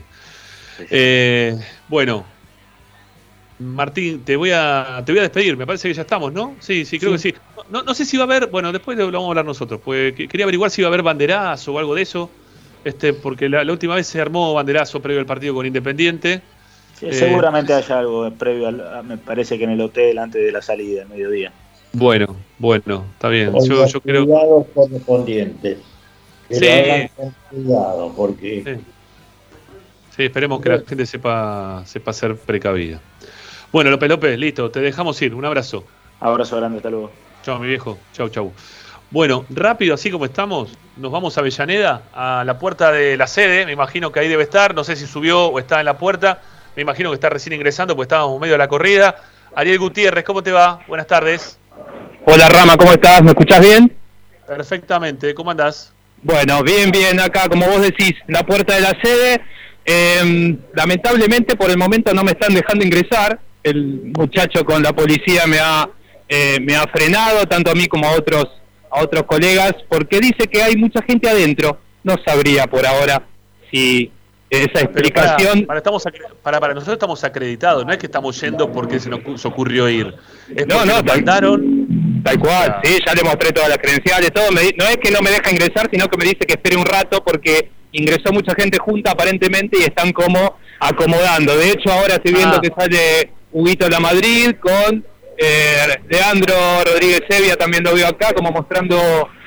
Bueno, Martín, te voy a despedir, me parece que ya estamos, ¿no? Sí, creo que sí. No sé si va a haber, bueno, después lo vamos a hablar nosotros, pues quería averiguar si va a haber banderazo o algo de eso. Porque la última vez se armó banderazo previo al partido con Independiente. Sí, seguramente haya algo previo, me parece que en el hotel antes de la salida, al mediodía. Bueno, está bien. Con yo los creo. Cuidados correspondientes. Que sí. lo hagan con cuidado, porque. Sí, esperemos que la gente sepa ser precavida. Bueno, López, listo, te dejamos ir. Un abrazo. Abrazo grande, hasta luego. Chao, mi viejo. Chau. Bueno, rápido, así como estamos, nos vamos a Avellaneda, a la puerta de la sede. Me imagino que ahí debe estar, no sé si subió o está en la puerta. Me imagino que está recién ingresando, porque estábamos en medio de la corrida. Ariel Gutiérrez, ¿cómo te va? Buenas tardes. Hola, Rama, ¿cómo estás? ¿Me escuchás bien? Perfectamente, ¿cómo andás? Bueno, bien, acá, como vos decís, la puerta de la sede. Lamentablemente, por el momento no me están dejando ingresar. El muchacho con la policía me ha frenado, tanto a mí como a otros colegas, porque dice que hay mucha gente adentro. No sabría por ahora si esa explicación... Para nosotros estamos acreditados, no es que estamos yendo porque se nos ocurrió ir. Es porque nos mandaron Tal cual, sí, ya le mostré todas las credenciales, todo. No es que no me deja ingresar, sino que me dice que espere un rato porque ingresó mucha gente junta aparentemente y están como acomodando. De hecho, ahora estoy viendo que sale Huguito La Madrid con Leandro Rodríguez Sevilla, también lo veo acá, como mostrando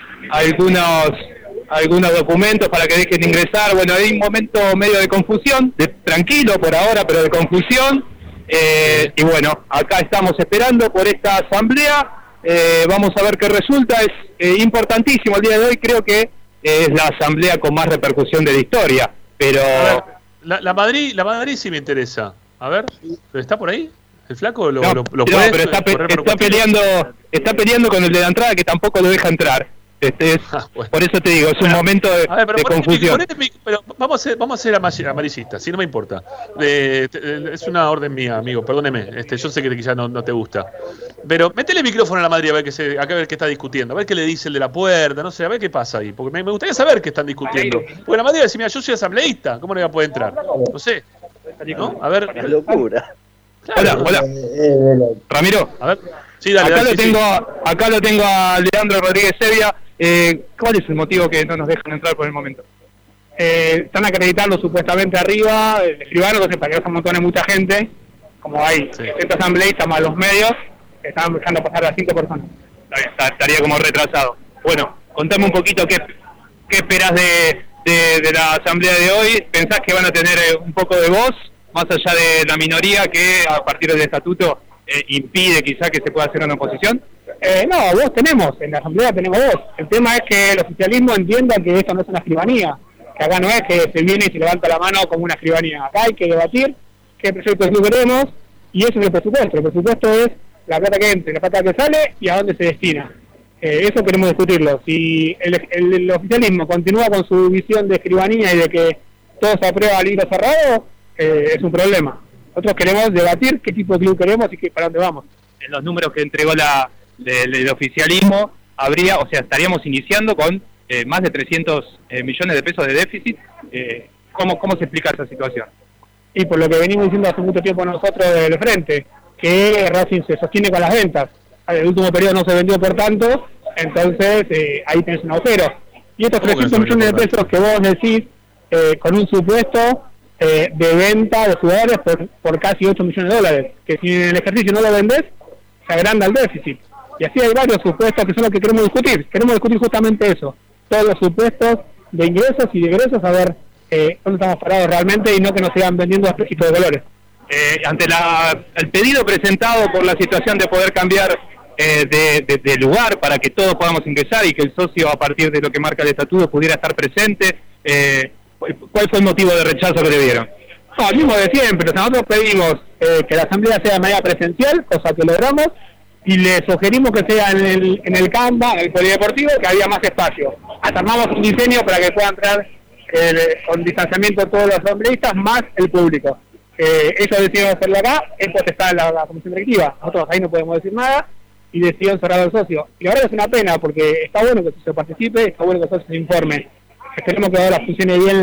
algunos documentos para que dejen ingresar. Bueno, hay un momento medio de confusión, tranquilo por ahora, pero de confusión. Y bueno, acá estamos esperando por esta asamblea. Vamos a ver qué resulta. Es importantísimo el día de hoy, creo que es la asamblea con más repercusión de la historia. Pero la Madrid sí me interesa. A ver, ¿está por ahí? ¿El flaco lo puede? Pero está peleando con el de la entrada, que tampoco lo deja entrar. Bueno. Por eso te digo, es un momento de confusión. Pero vamos a ser amarillistas, si no me importa. Es una orden mía, amigo, perdóneme. Yo sé que quizás no te gusta. Pero métele el micrófono a la Madrid a ver qué está discutiendo, a ver qué le dice el de la puerta, no sé, a ver qué pasa ahí. Porque me gustaría saber qué están discutiendo. Porque la Madrid va a decir, mira, yo soy asambleísta, ¿cómo no iba a poder entrar? No sé. ¿No? A ver. Qué locura. Claro. Hola. Ramiro. A ver. Sí, dale, acá lo tengo a Leandro Rodríguez Sevilla. ¿Cuál es el motivo que no nos dejan entrar por el momento? Están acreditando supuestamente arriba el escribano, entonces para que no se amontone mucha gente, como hay 70 asambleístas más los medios, están dejando pasar a 5 personas. Estaría como retrasado. Bueno, contame un poquito qué esperás de la asamblea de hoy. ¿Pensás que van a tener un poco de voz, más allá de la minoría que a partir del estatuto impide quizá que se pueda hacer una oposición? No, voz tenemos, en la asamblea tenemos voz. El tema es que el oficialismo entienda que esto no es una escribanía, que acá no es que se viene y se levanta la mano como una escribanía. Acá hay que debatir qué proyectos queremos, y eso es el presupuesto. El presupuesto es la plata que entra, la plata que sale y a dónde se destina. Eso queremos discutirlo. Si el oficialismo continúa con su visión de escribanía y de que todo se aprueba a libro cerrado, es un problema. Nosotros queremos debatir qué tipo de club queremos y para dónde vamos. En los números que entregó el oficialismo, estaríamos iniciando con más de 300 millones de pesos de déficit. ¿Cómo se explica esa situación? Y por lo que venimos diciendo hace mucho tiempo nosotros del frente, que Racing se sostiene con las ventas. El último periodo no se vendió por tanto, entonces ahí tenés un agujero. Y estos 300 millones de pesos que vos decís, con un supuesto de venta de jugadores por casi 8 millones de dólares, que si en el ejercicio no lo vendés, se agranda el déficit. Y así hay varios supuestos que son los que queremos discutir. Queremos discutir justamente eso, todos los supuestos de ingresos y de egresos, a ver dónde estamos parados realmente y no que nos sigan vendiendo a precios de dolores. Ante el pedido presentado por la situación de poder cambiar de lugar para que todos podamos ingresar y que el socio, a partir de lo que marca el estatuto, pudiera estar presente, ¿cuál fue el motivo de rechazo que le dieron? No, el mismo de siempre. Nosotros pedimos que la asamblea sea de manera presencial, cosa que logramos, y le sugerimos que sea en el Canva, en el polideportivo, que había más espacio. Hasta armamos un diseño para que puedan entrar con distanciamiento todos los asambleístas más el público. Ellos decidieron hacerlo acá, esto está en la comisión directiva. Nosotros ahí no podemos decir nada y decidieron cerrar al socio. Y la verdad es una pena porque está bueno que el socio participe, está bueno que el socio se informe. Esperemos que ahora funcione bien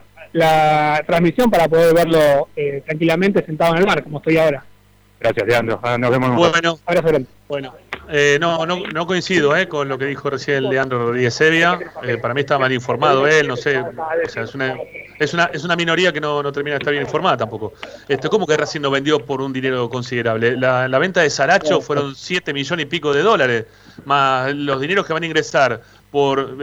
la transmisión para poder verlo tranquilamente sentado en el mar, como estoy ahora. Gracias, Leandro. Nos vemos. Bueno, no coincido con lo que dijo recién Leandro Rodríguez Sevilla. Para mí está mal informado él, no sé. O sea, es una minoría que no termina de estar bien informada tampoco. ¿Cómo que Racing no vendió por un dinero considerable? La venta de Saracho fueron 7 millones y pico de dólares, más los dineros que van a ingresar por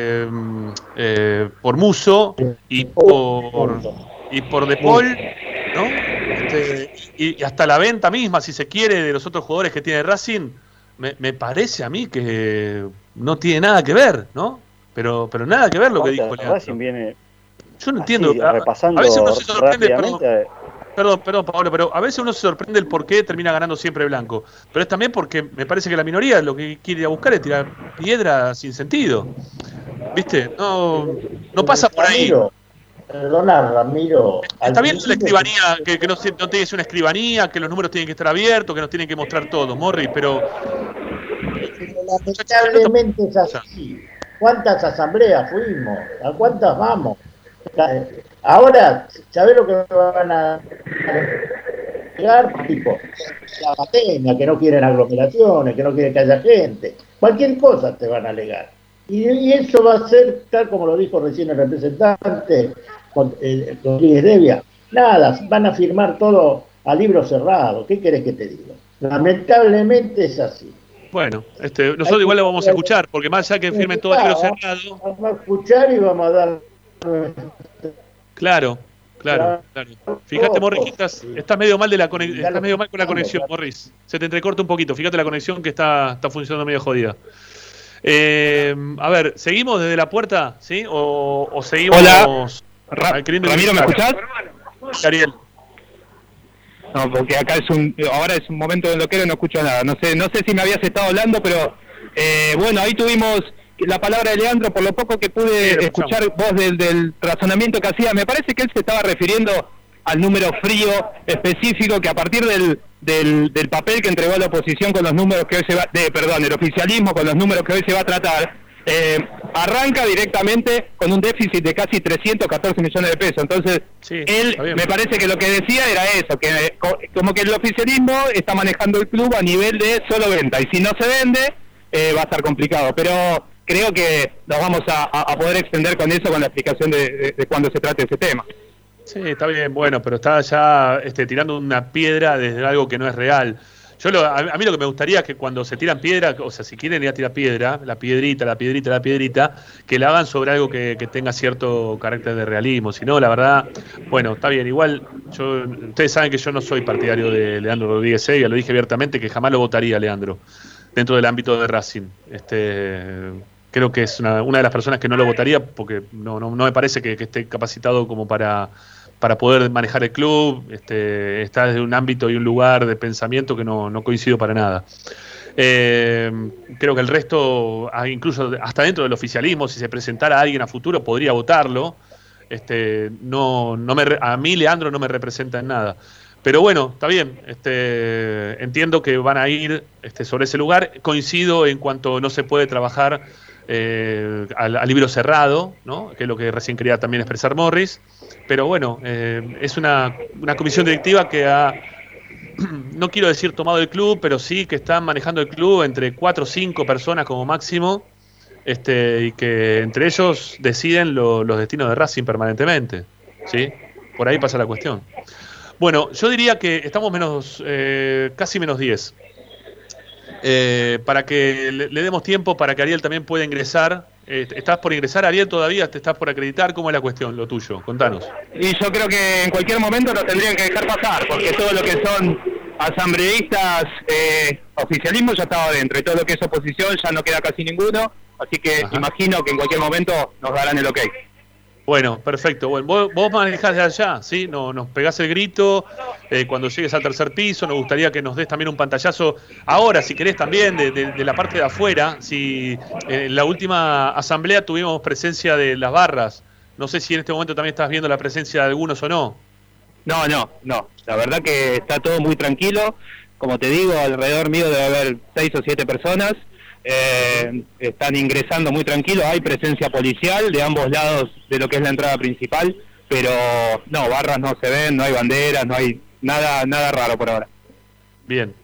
Musso y por De Paul, ¿no? Y hasta la venta misma, si se quiere, de los otros jugadores que tiene Racing, me parece a mí que no tiene nada que ver, ¿no? Pero nada que ver lo que dijo Leandro. Racing viene, yo no entiendo. Repasando a veces uno se sorprende, perdón, Pablo, pero a veces uno se sorprende el por qué termina ganando siempre blanco. Pero es también porque me parece que la minoría lo que quiere ir a buscar es tirar piedra sin sentido. ¿Viste? No pasa por ahí. Perdona, Ramiro. Está bien la escribanía, que no tiene que ser una escribanía, que los números tienen que estar abiertos, que nos tienen que mostrar todo, Morri, pero lamentablemente es así. ¿Cuántas asambleas fuimos? ¿A cuántas vamos? Ahora, ¿sabés lo que van a alegar, tipo, la batena, que no quieren aglomeraciones, que no quieren que haya gente. Cualquier cosa te van a alegar. Y eso va a ser, tal como lo dijo recién el representante, Rodríguez Devia, nada, van a firmar todo a libro cerrado. ¿Qué querés que te diga? Lamentablemente es así. Bueno, nosotros igual lo vamos a escuchar, porque más allá que firmen todo a libro cerrado. Vamos a escuchar y vamos a dar. Claro. Fíjate, Morris, estás medio mal estás medio mal con la conexión, Morris. Se te entrecorta un poquito. Fíjate la conexión que está funcionando medio jodida. A ver, ¿seguimos desde la puerta? ¿Sí? ¿O seguimos? Hola. Ramiro, ¿me escuchás? Ariel. No, porque acá ahora es un momento de bloqueo y no escucho nada. No sé si me habías estado hablando, pero bueno, ahí tuvimos la palabra de Leandro, por lo poco que pude escuchar vos del razonamiento que hacía. Me parece que él se estaba refiriendo al número frío específico, que a partir del papel que entregó la oposición con los números que hoy el oficialismo con los números que hoy se va a tratar, arranca directamente con un déficit de casi 314 millones de pesos. Entonces, él me parece que lo que decía era eso, que como que el oficialismo está manejando el club a nivel de solo venta, y si no se vende, va a estar complicado. Pero creo que nos vamos a poder extender con eso, con la explicación de cuando se trate ese tema. Sí, está bien, bueno, pero está ya tirando una piedra desde algo que no es real. A mí lo que me gustaría es que cuando se tiran piedra, o sea, si quieren ir a tirar piedra, la piedrita, que la hagan sobre algo que tenga cierto carácter de realismo. Si no, la verdad, bueno, está bien. Igual, ustedes saben que yo no soy partidario de Leandro Rodríguez Sevilla, lo dije abiertamente que jamás lo votaría, Leandro, dentro del ámbito de Racing. Creo que es una de las personas que no lo votaría porque no me parece que esté capacitado como para poder manejar el club. Está desde un ámbito y un lugar de pensamiento que no coincido para nada. Creo que el resto, incluso hasta dentro del oficialismo, si se presentara alguien a futuro, podría votarlo. A mí Leandro no me representa en nada. Pero bueno, está bien. Entiendo que van a ir sobre ese lugar. Coincido en cuanto no se puede trabajar al libro cerrado, ¿no? Que es lo que recién quería también expresar Morris. Pero bueno, es una comisión directiva que no quiero decir tomado el club, pero sí que están manejando el club entre 4 o 5 personas como máximo, y que entre ellos deciden los destinos de Racing permanentemente, ¿sí? Por ahí pasa la cuestión. Bueno, yo diría que estamos casi menos 10. Para que le demos tiempo para que Ariel también pueda ingresar. ¿Estás por ingresar, Ariel, todavía? ¿Te estás por acreditar? ¿Cómo es la cuestión, lo tuyo? Contanos. Y yo creo que en cualquier momento lo tendrían que dejar pasar, porque todo lo que son asambleístas, oficialismo ya estaba adentro, y todo lo que es oposición ya no queda casi ninguno, así que imagino que en cualquier momento nos darán el ok. Bueno, perfecto. Bueno, vos manejás de allá, ¿sí? Nos pegás el grito cuando llegues al tercer piso. Nos gustaría que nos des también un pantallazo ahora, si querés, también de la parte de afuera. Si en la última asamblea tuvimos presencia de las barras, no sé si en este momento también estás viendo la presencia de algunos o no. No. La verdad que está todo muy tranquilo. Como te digo, alrededor mío debe haber 6 o 7 personas. Están ingresando muy tranquilos, hay presencia policial de ambos lados de lo que es la entrada principal, pero no, barras no se ven, no hay banderas, no hay nada raro por ahora. Bien.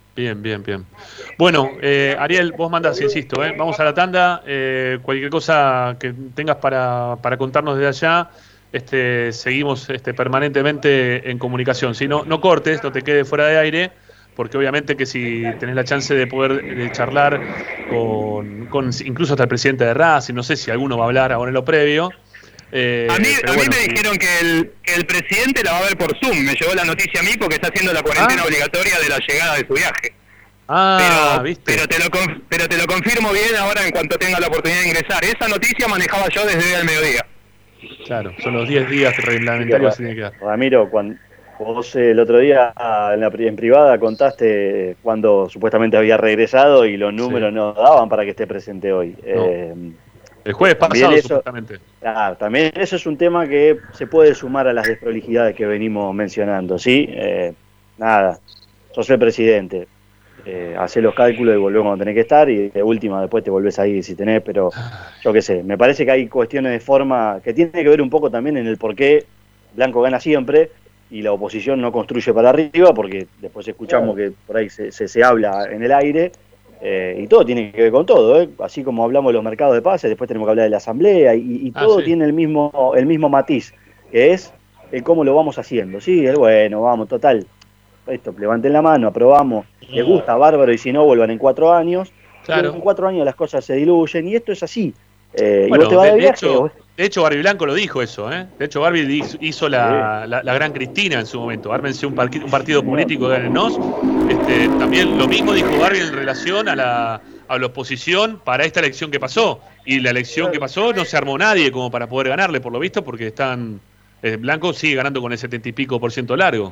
Bueno, Ariel, vos mandás, insisto, vamos a la tanda. Cualquier cosa que tengas para contarnos desde allá, seguimos permanentemente en comunicación. Si no cortes, no te quedes fuera de aire, porque obviamente que si tenés la chance de poder charlar con incluso hasta el presidente de Racing, no sé si alguno va a hablar ahora en lo previo. A mí me dijeron que el presidente la va a ver por Zoom. Me llegó la noticia a mí porque está haciendo la cuarentena obligatoria de la llegada de su viaje. ¿viste? Pero te lo confirmo bien ahora en cuanto tenga la oportunidad de ingresar. Esa noticia manejaba yo desde el mediodía. Claro, son los 10 días reglamentarios que tiene que dar. Ramiro, cuando vos el otro día en privada contaste cuando supuestamente había regresado y los números no daban para que esté presente hoy. No. El jueves pasado, supuestamente. También eso es un tema que se puede sumar a las desprolijidades que venimos mencionando, ¿sí? Sos el presidente, hacés los cálculos y volvés cuando tenés que estar, y de última después te volvés ahí si tenés, pero yo qué sé, me parece que hay cuestiones de forma que tienen que ver un poco también en el por qué Blanco gana siempre, y la oposición no construye para arriba, porque después escuchamos que por ahí se habla en el aire, y todo tiene que ver con todo, así como hablamos de los mercados de pases, después tenemos que hablar de la asamblea, y todo tiene el mismo matiz, que es el cómo lo vamos haciendo. Sí, bueno, vamos, total, esto, levanten la mano, aprobamos, les gusta, bárbaro, y si no, vuelvan en 4 años. Claro. En 4 años las cosas se diluyen, y esto es así. Bueno, y vos te vas de viaje, de hecho, Barbie Blanco lo dijo eso, De hecho, Barbie hizo la gran Cristina en su momento. Ármense un partido político, gánennos. También lo mismo dijo Barbie en relación a la oposición para esta elección que pasó. Y la elección que pasó no se armó nadie como para poder ganarle, por lo visto, porque Blanco sigue ganando con el 70 y pico % largo.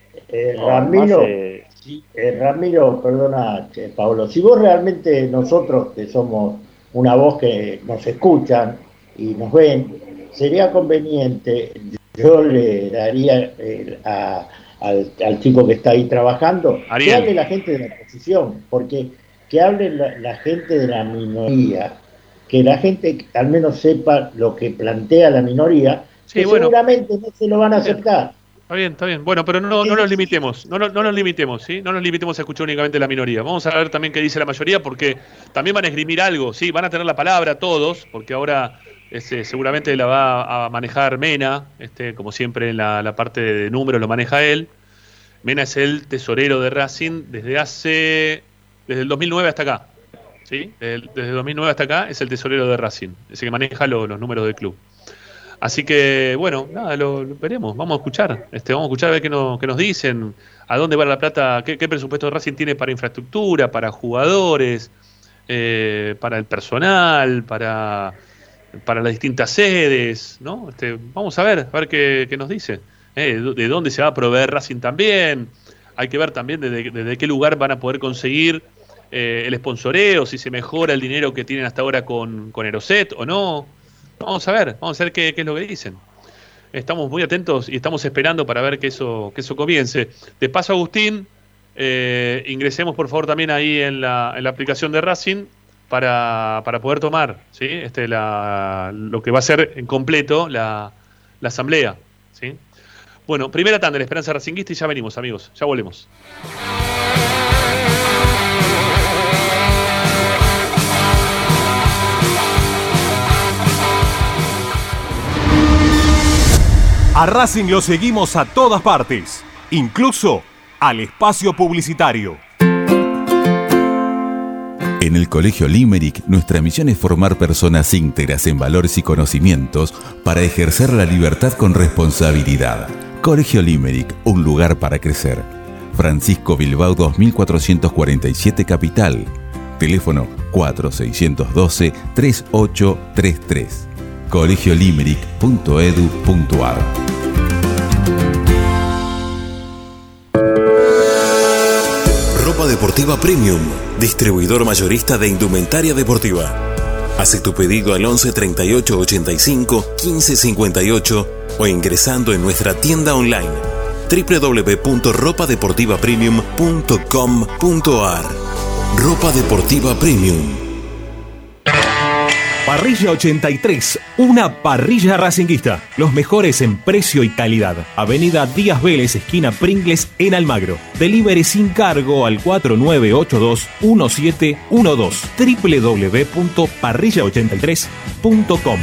Ramiro, perdona, Pablo, si vos realmente, nosotros que somos una voz que nos escuchan y nos ven, sería conveniente, yo le daría al chico que está ahí trabajando, Ariel, que hable la gente de la oposición, porque que hable la gente de la minoría, que la gente al menos sepa lo que plantea la minoría, que seguramente no se lo van a aceptar. Está bien. Bueno, pero no nos limitemos, no nos limitemos, ¿sí? No nos limitemos a escuchar únicamente la minoría. Vamos a ver también qué dice la mayoría, porque también van a esgrimir algo, ¿sí? Van a tener la palabra todos, porque ahora seguramente la va a manejar Mena, como siempre en la parte de números lo maneja él. Mena es el tesorero de Racing desde el 2009 hasta acá, ¿sí? Desde el 2009 hasta acá es el tesorero de Racing, es el que maneja los números del club. Así que, bueno, nada, lo veremos, vamos a escuchar a ver qué nos dicen, a dónde va la plata, qué presupuesto de Racing tiene para infraestructura, para jugadores, para el personal, para las distintas sedes, ¿no? Vamos a ver qué nos dice, de dónde se va a proveer Racing también, hay que ver también desde qué lugar van a poder conseguir el sponsoreo, si se mejora el dinero que tienen hasta ahora con Eroset o no. Vamos a ver qué es lo que dicen. Estamos muy atentos y estamos esperando para ver que eso comience. De paso, Agustín, ingresemos por favor también ahí en la aplicación de Racing para poder tomar, ¿sí? Lo que va a ser en completo la asamblea, ¿sí? Bueno, primera tanda de la Esperanza Racinguista y ya venimos, amigos, ya volvemos. A Racing lo seguimos a todas partes, incluso al espacio publicitario. En el Colegio Limerick, nuestra misión es formar personas íntegras en valores y conocimientos para ejercer la libertad con responsabilidad. Colegio Limerick, un lugar para crecer. Francisco Bilbao 2447 Capital. Teléfono 4612-3833. colegiolimerick.edu.ar. Ropa Deportiva Premium, distribuidor mayorista de indumentaria deportiva. Hace tu pedido al 11 38 85 15 58 o ingresando en nuestra tienda online www.ropadeportivapremium.com.ar. Ropa Deportiva Premium. Parrilla 83, una parrilla racinguista. Los mejores en precio y calidad. Avenida Díaz Vélez, esquina Pringles, en Almagro. Delivery sin cargo al 4982-1712. www.parrilla83.com.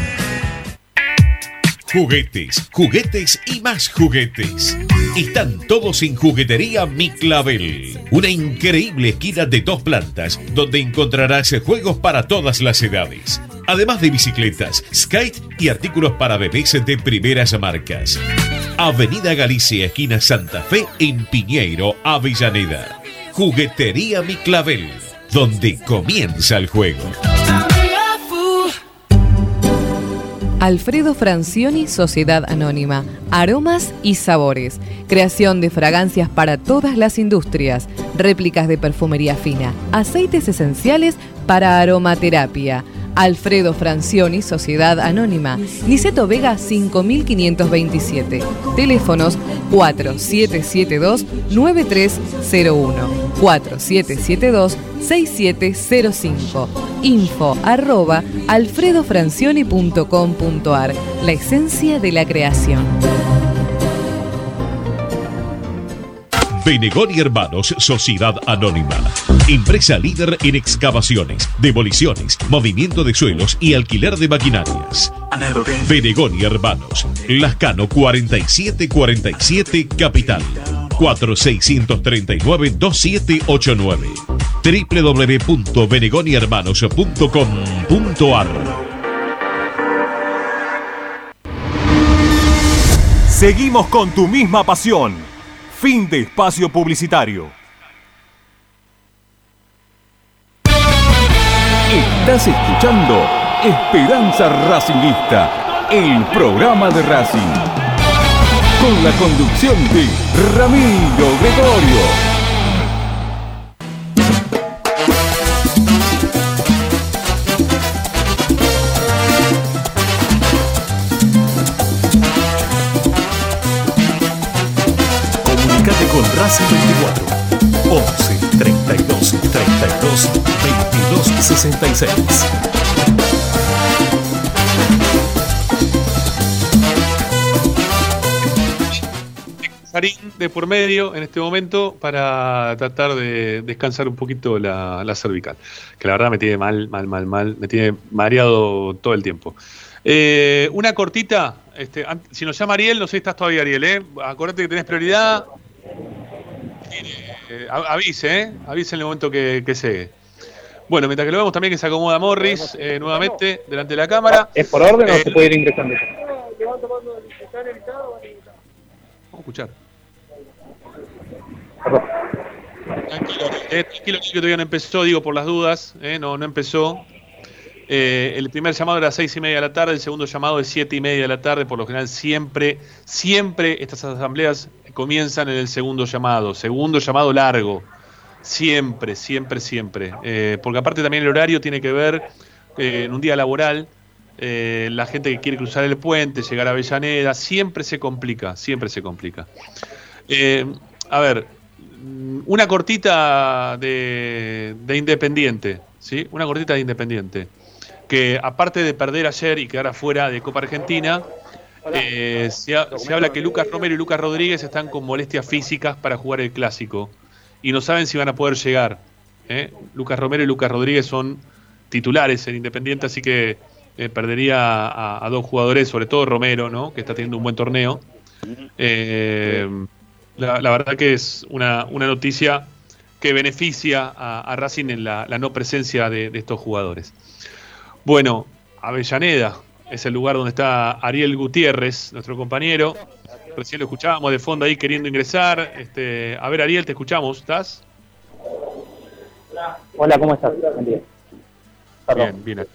Juguetes y más juguetes. Están todos en Juguetería Mi Clavel. Una increíble esquina de 2 plantas donde encontrarás juegos para todas las edades. Además de bicicletas, skate y artículos para bebés de primeras marcas. Avenida Galicia, esquina Santa Fe, en Piñeiro, Avellaneda. Juguetería Mi Clavel, donde comienza el juego. Alfredo Francioni, Sociedad Anónima. Aromas y sabores. Creación de fragancias para todas las industrias. Réplicas de perfumería fina. Aceites esenciales para aromaterapia. Alfredo Francioni, Sociedad Anónima. Niceto Vega 5527. Teléfonos 4772-9301. 4772-6705. info@alfredofrancioni.com.ar. La esencia de la creación. Venegón y Hermanos, Sociedad Anónima. Empresa líder en excavaciones, demoliciones, movimiento de suelos y alquiler de maquinarias. Venegón y Hermanos, Lascano 4747 Capital. 4639-2789. www.venegonyhermanos.com.ar. Seguimos con tu misma pasión. Fin de espacio publicitario. Estás escuchando Esperanza Racingista, el programa de Racing. Con la conducción de Ramiro Gregorio. Comunicate con Racing 24 11 32 32 22 66. De por medio en este momento para tratar de descansar un poquito la cervical, que la verdad me tiene mal, me tiene mareado todo el tiempo. Una cortita, si nos llama Ariel, no sé si estás todavía, Ariel, acordate que tenés prioridad, avise en el momento que llegue. Bueno, mientras que lo vemos también que se acomoda Morris nuevamente delante de la cámara. ¿Es por orden o se puede ir ingresando? Vamos a escuchar. Tranquilo, que todavía no empezó, digo por las dudas, no empezó. El primer llamado era 6:30 de la tarde, el segundo llamado es 7:30 de la tarde. Por lo general siempre estas asambleas comienzan en el segundo llamado largo. Siempre. Porque aparte también el horario tiene que ver en un día laboral. La gente que quiere cruzar el puente, llegar a Avellaneda, siempre se complica. A ver, una cortita de Independiente, ¿sí? Una cortita de Independiente, que aparte de perder ayer y quedar afuera de Copa Argentina, se habla que Lucas Romero y Lucas Rodríguez están con molestias físicas para jugar el Clásico y no saben si van a poder llegar. Lucas Romero y Lucas Rodríguez son titulares en Independiente, así que perdería a dos jugadores, sobre todo Romero, ¿no? Que está teniendo un buen torneo. La verdad que es una noticia que beneficia a Racing en la no presencia de estos jugadores. Bueno, Avellaneda es el lugar donde está Ariel Gutiérrez, nuestro compañero. Recién lo escuchábamos de fondo ahí queriendo ingresar. A ver, Ariel, te escuchamos. ¿Estás? Hola, ¿cómo estás? Buen día. Bien.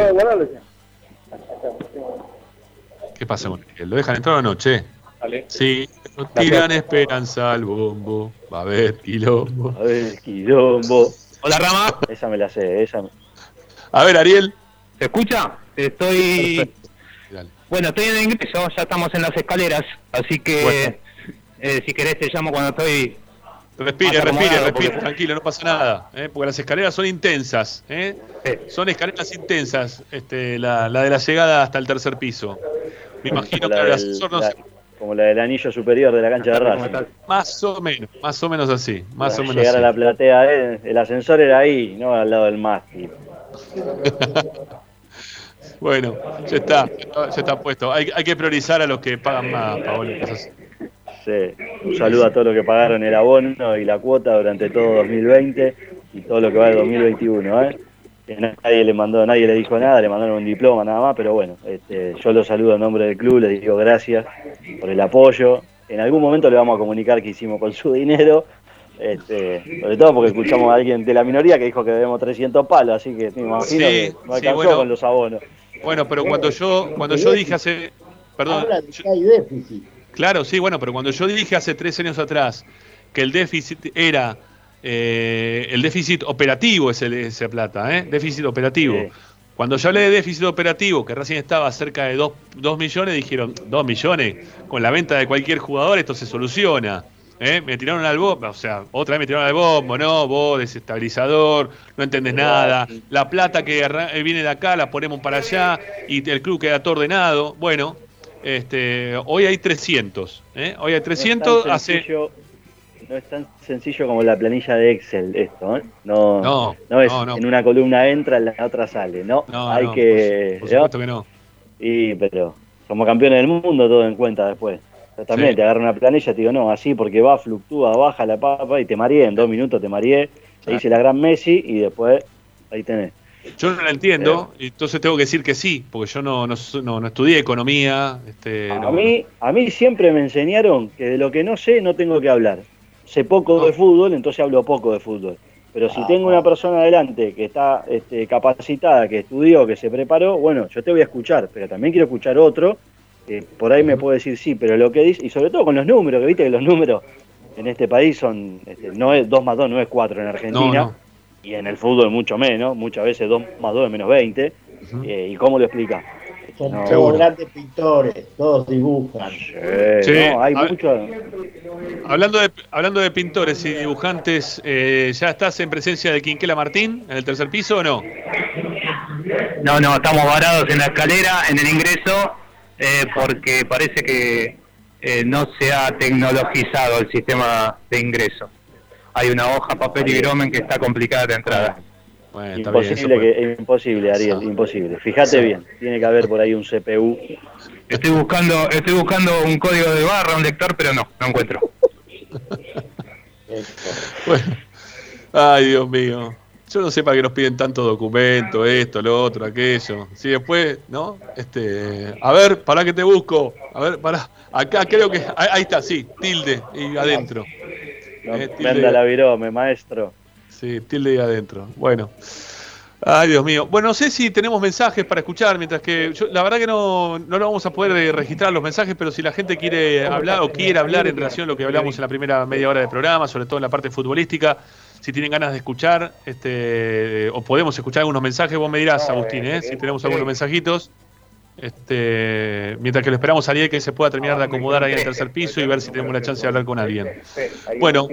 ¿Qué pasa con Ariel? ¿Lo dejan entrar o no, che? Dale. Sí, no tiran esperanza al bombo. Va a haber quilombo. Hola, Rama. Esa me la sé, A ver, Ariel. ¿Se escucha? Estoy... Perfecto. Dale. Bueno, estoy en el ingreso, ya estamos en las escaleras, así que bueno. Si querés te llamo cuando estoy... Respire, porque... tranquilo, no pasa nada, porque las escaleras son intensas, son escaleras intensas, la de la llegada hasta el tercer piso. Me imagino que el ascensor no se... Como la del anillo superior de la cancha de Racing. Más o menos así. Más o menos llegar así. a la platea, el ascensor era ahí, no al lado del mástil. Bueno, ya está puesto. Hay que priorizar a los que pagan más, Paolo. Sí, un saludo a todos los que pagaron el abono y la cuota durante todo 2020 y todo lo que va de 2021, Que nadie le dijo nada, le mandaron un diploma nada más, pero bueno, yo los saludo en nombre del club, les digo gracias por el apoyo. En algún momento le vamos a comunicar qué hicimos con su dinero, sobre todo porque escuchamos a alguien de la minoría que dijo que debemos 300 palos, así que me imagino que no alcanzó con los abonos. Bueno, pero cuando yo dije hace... Perdón. Habla de que hay déficit. Claro, sí, bueno, pero cuando yo dije hace 3 años atrás que el déficit era... el déficit operativo es esa plata, déficit operativo. Sí. Cuando yo hablé de déficit operativo, que recién estaba cerca de 2 millones, dijeron, 2 millones, con la venta de cualquier jugador esto se soluciona. Me tiraron al bombo, o sea, otra vez me tiraron al bombo, no, vos desestabilizador, no entendés nada, la plata que viene de acá la ponemos para allá y el club queda todo ordenado. Bueno, hoy hay 300, hoy hay 300, no es tan sencillo como la planilla de Excel esto, ¿eh? No es en una columna entra, en la otra sale, ¿no? Hay que... Por supuesto que no. Pero somos campeones del mundo, todo en cuenta después. Yo también te agarro una planilla y te digo, no, así porque va, fluctúa, baja la papa y te mareé, en 2 minutos te mareé, te hice la gran Messi y después ahí tenés. Yo no la entiendo, entonces tengo que decir que sí, porque yo no estudié economía. A mí siempre me enseñaron que de lo que no sé no tengo que hablar. Sé poco de fútbol, entonces hablo poco de fútbol. Pero si tengo una persona adelante que está capacitada, que estudió, que se preparó, bueno, yo te voy a escuchar, pero también quiero escuchar otro. Por ahí me puede decir sí, pero lo que dice, y sobre todo con los números, que viste que los números en este país son, no es 2 más 2, no es 4 en Argentina, y en el fútbol mucho menos, muchas veces 2 más 2 es menos 20, ¿y cómo lo explica? Son todos grandes pintores, todos dibujan. Hay mucho. Hablando de pintores y dibujantes, ¿ya estás en presencia de Quinquela Martín en el tercer piso o no? No, estamos varados en la escalera, en el ingreso, porque parece que no se ha tecnologizado el sistema de ingreso. Hay una hoja, papel y gromen que está complicada de entrada. Bueno, imposible, Ariel, imposible. Fíjate bien, tiene que haber por ahí un CPU. Estoy buscando un código de barra, un lector, pero no encuentro. Bueno. Ay, Dios mío. Yo no sé para qué nos piden tanto documento, esto, lo otro, aquello. Si después, ¿no? A ver, pará que te busco. A ver, pará. Acá creo que... Ahí está, sí, tilde y adentro. Venda la virome, maestro. Sí, tilde y adentro. Bueno. Ay, Dios mío. Bueno, no sé si tenemos mensajes para escuchar, mientras que la verdad que no lo vamos a poder registrar los mensajes, pero si la gente quiere hablar o quiere hablar en relación a lo que hablamos en la primera media hora del programa, sobre todo en la parte futbolística, si tienen ganas de escuchar, o podemos escuchar algunos mensajes, vos me dirás, Agustín, si tenemos algunos mensajitos. Mientras que lo esperamos a Ariel que se pueda terminar de acomodar ahí en el tercer piso y ver si tenemos la chance de hablar con alguien. Bueno,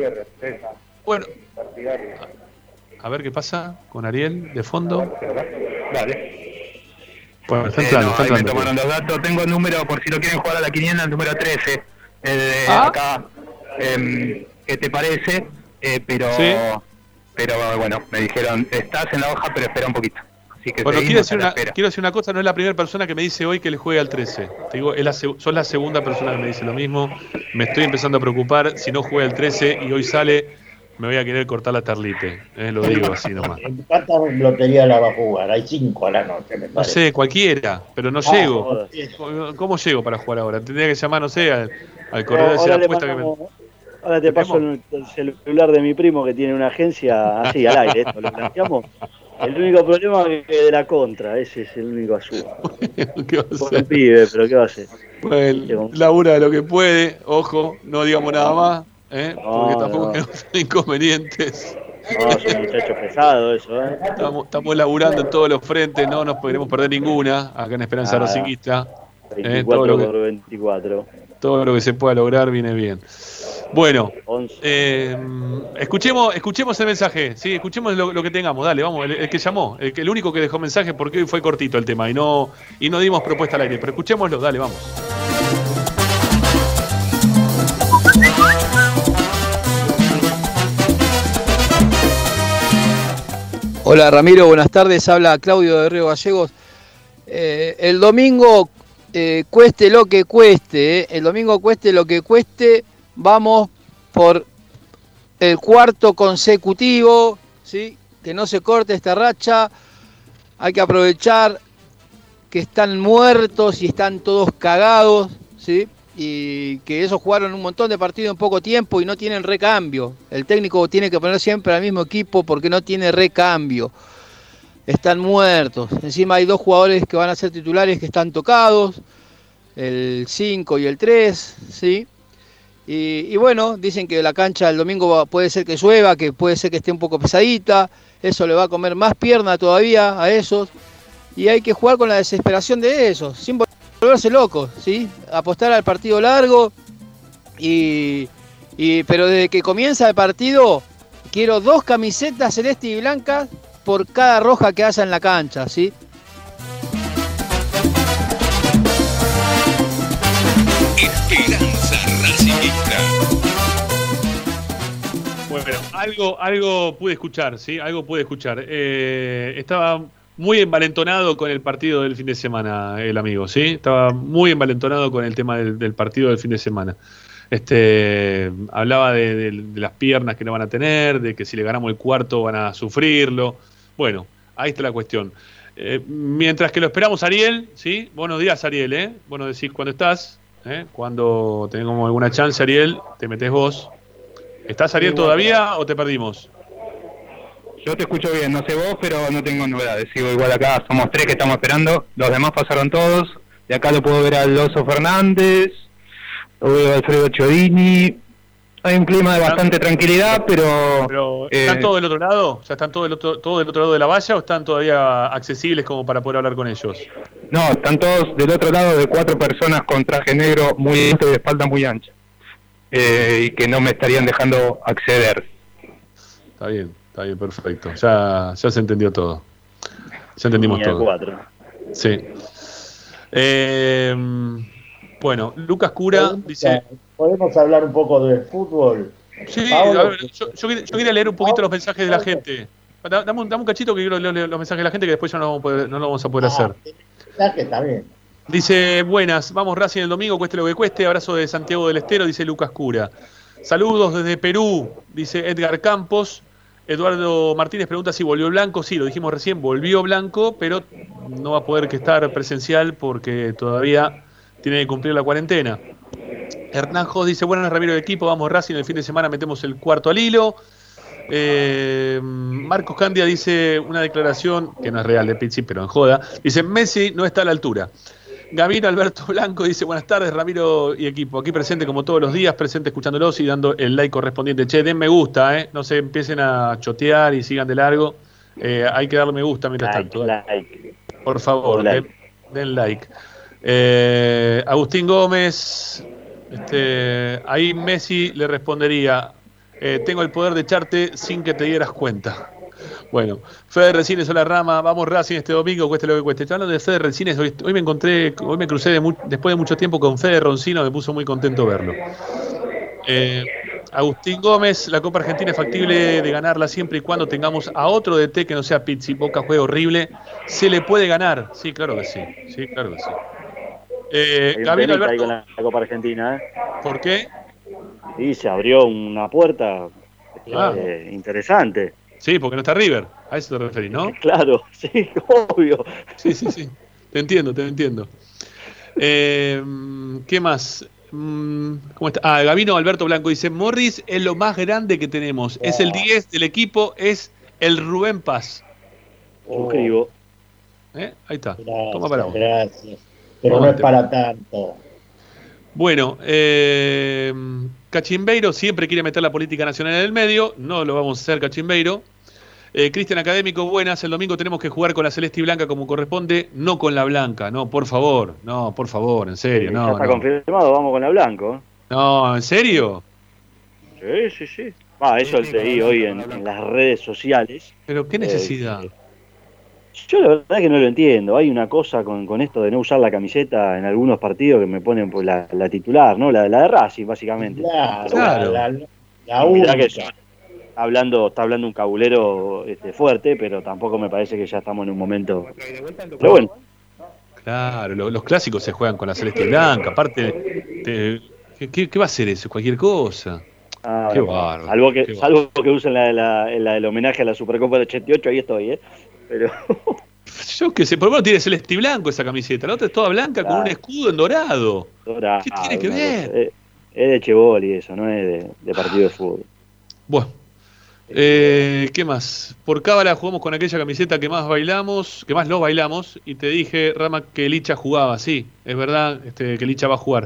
a ver qué pasa con Ariel de fondo. Dale. Bueno, está entrando. Ahí me tomaron los datos. Tengo el número, por si lo quieren jugar a la quiniela, el número 13. Acá, ¿qué te parece? Pero bueno, me dijeron, estás en la hoja, pero espera un poquito. Así que bueno, quiero decir una cosa, no es la primera persona que me dice hoy que le juegue al 13. Te digo, sos la segunda persona que me dice lo mismo. Me estoy empezando a preocupar. Si no juega el 13 y hoy sale, me voy a querer cortar la tarlite. Lo digo así nomás. ¿Cuántas loterías la va a jugar? Hay 5 a la noche, me parece. No sé, cualquiera, pero no llego. ¿Cómo llego para jugar ahora? Tendría que llamar, no sé, al corredor de la apuesta que me... Ahora te paso el celular de mi primo que tiene una agencia así al aire. Esto lo planteamos. El único problema es que de la contra, ese es el único asunto. ¿Qué va a hacer? Un pibe, pero ¿qué va a hacer? Bueno, labura de lo que puede, ojo, no digamos nada más, porque tampoco tenemos inconvenientes. No, es un muchacho pesado eso, Estamos laburando en todos los frentes, no nos podremos perder ninguna, acá en Esperanza Racinguista. 24 por 24. Todo lo que se pueda lograr viene bien. Bueno, escuchemos el mensaje, sí, escuchemos lo que tengamos, dale, vamos, el que llamó, el único que dejó mensaje, porque hoy fue cortito el tema y no dimos propuesta al aire, pero escuchémoslo, dale, vamos. Hola Ramiro, buenas tardes, habla Claudio de Río Gallegos. El domingo, cueste lo que cueste, el domingo cueste lo que cueste, vamos por el 4º consecutivo, ¿sí? Que no se corte esta racha, hay que aprovechar que están muertos y están todos cagados, ¿sí? Y que ellos jugaron un montón de partidos en poco tiempo y no tienen recambio. El técnico tiene que poner siempre al mismo equipo porque no tiene recambio. Están muertos. Encima hay 2 jugadores que van a ser titulares que están tocados, el 5 y el 3, ¿sí? Y bueno, dicen que la cancha el domingo puede ser que llueva, que puede ser que esté un poco pesadita, eso le va a comer más pierna todavía a esos, y hay que jugar con la desesperación de esos, sin volverse locos, ¿sí? Apostar al partido largo, pero desde que comienza el partido, quiero 2 camisetas celeste y blancas por cada roja que haya en la cancha, ¿sí? Esperanza Racingista. Bueno, algo pude escuchar, ¿sí? Algo pude escuchar. Estaba muy envalentonado con el partido del fin de semana, el amigo, ¿sí? Estaba muy envalentonado con el tema del partido del fin de semana. Hablaba de las piernas que no van a tener, de que si le ganamos el cuarto van a sufrirlo. Bueno, ahí está la cuestión. Mientras que lo esperamos, Ariel, ¿sí? Buenos días, Ariel, ¿eh? Bueno, decís cuando estás, cuando tengamos alguna chance, Ariel, te metés vos. ¿Estás, Ariel, todavía o te perdimos? Yo te escucho bien, no sé vos, pero no tengo novedades. Sigo igual acá, somos 3 que estamos esperando. Los demás pasaron todos. De acá lo puedo ver al Oso Fernández, lo veo a Alfredo Chodini. Hay un clima de bastante tranquilidad, pero ¿están todos del otro lado? ¿Ya están todos del otro lado de la valla o están todavía accesibles como para poder hablar con ellos? No, están todos del otro lado, de 4 personas con traje negro muy alto y de espalda muy ancha. Y que no me estarían dejando acceder. Está bien, perfecto. Ya se entendió todo. Ya entendimos todo. 4. Sí. Bueno, Lucas Cura dice... ¿Podemos hablar un poco de fútbol? Sí, Paolo, a ver, yo quería leer un poquito los mensajes de la gente. Dame un cachito que quiero leer los mensajes de la gente que después ya no lo vamos a poder hacer. Está bien. Dice, buenas, vamos Racing el domingo, cueste lo que cueste. Abrazo de Santiago del Estero, dice Lucas Cura. Saludos desde Perú, dice Edgar Campos. Eduardo Martínez pregunta si volvió Blanco. Sí, lo dijimos recién, volvió Blanco, pero no va a poder estar presencial porque todavía tiene que cumplir la cuarentena. Hernán Jos dice, buenas Ramiro del equipo, vamos Racing, el fin de semana metemos el cuarto al hilo. Marcos Candia dice una declaración, que no es real de Pizzi, pero en joda. Dice, Messi no está a la altura. Gavino Alberto Blanco dice, buenas tardes Ramiro y equipo, aquí presente como todos los días, presente escuchándolos y dando el like correspondiente. Che, den me gusta, no se empiecen a chotear y sigan de largo. Hay que darle me gusta mientras tanto. Por favor, den like. Agustín Gómez, ahí Messi le respondería, tengo el poder de echarte sin que te dieras cuenta. Bueno, Fede Resines, hola Rama, vamos Racing este domingo, cueste lo que cueste. Hablando de Fede Resines, hoy me crucé después de mucho tiempo con Fede Roncino, me puso muy contento verlo. Agustín Gómez, la Copa Argentina es factible de ganarla siempre y cuando tengamos a otro DT que no sea Pizzi. Boca juega horrible, se le puede ganar. Sí, claro que sí. Gabriel Alberto, con la Copa Argentina, ¿por qué? Sí, se abrió una puerta interesante. Sí, porque no está River, a eso te referís, ¿no? Claro, sí, obvio. Sí. Te entiendo. ¿Qué más? ¿Cómo está? Gavino Alberto Blanco dice, Morris es lo más grande que tenemos. Es el 10 del equipo, es el Rubén Paz. Suscribo. Ahí está. Toma para vos. Gracias. Pero no es para tanto. Bueno, Cachimbeiro siempre quiere meter la política nacional en el medio. No lo vamos a hacer, Cachimbeiro. Cristian Académico, buenas. El domingo tenemos que jugar con la celeste y blanca como corresponde, no con la blanca. No, por favor, en serio. Ya está confirmado, vamos con la blanco. No, ¿en serio? Sí. Eso lo leí hoy en las redes sociales. Pero qué necesidad. Yo la verdad que no lo entiendo. Hay una cosa con esto de no usar la camiseta en algunos partidos que me ponen pues, la titular, ¿no? La de Racing, básicamente. Claro. La única. Que está hablando un cabulero fuerte, pero tampoco me parece que ya estamos en un momento. Pero bueno. Claro, los clásicos se juegan con la celeste y blanca. Aparte, ¿qué va a ser eso? Cualquier cosa. Qué bárbaro. Salvo que usen la del homenaje a la Supercopa del 88, ahí estoy, Pero... Yo qué sé, por lo menos tiene celeste y blanco esa camiseta. La otra es toda blanca con un escudo en dorado. ¿Qué tiene que ver? Es de cheboli eso, no es de partido de fútbol. Bueno, ¿qué más? Por cábala jugamos con aquella camiseta que más lo bailamos. Y te dije, Rama, que Licha jugaba. Sí, es verdad que Licha va a jugar.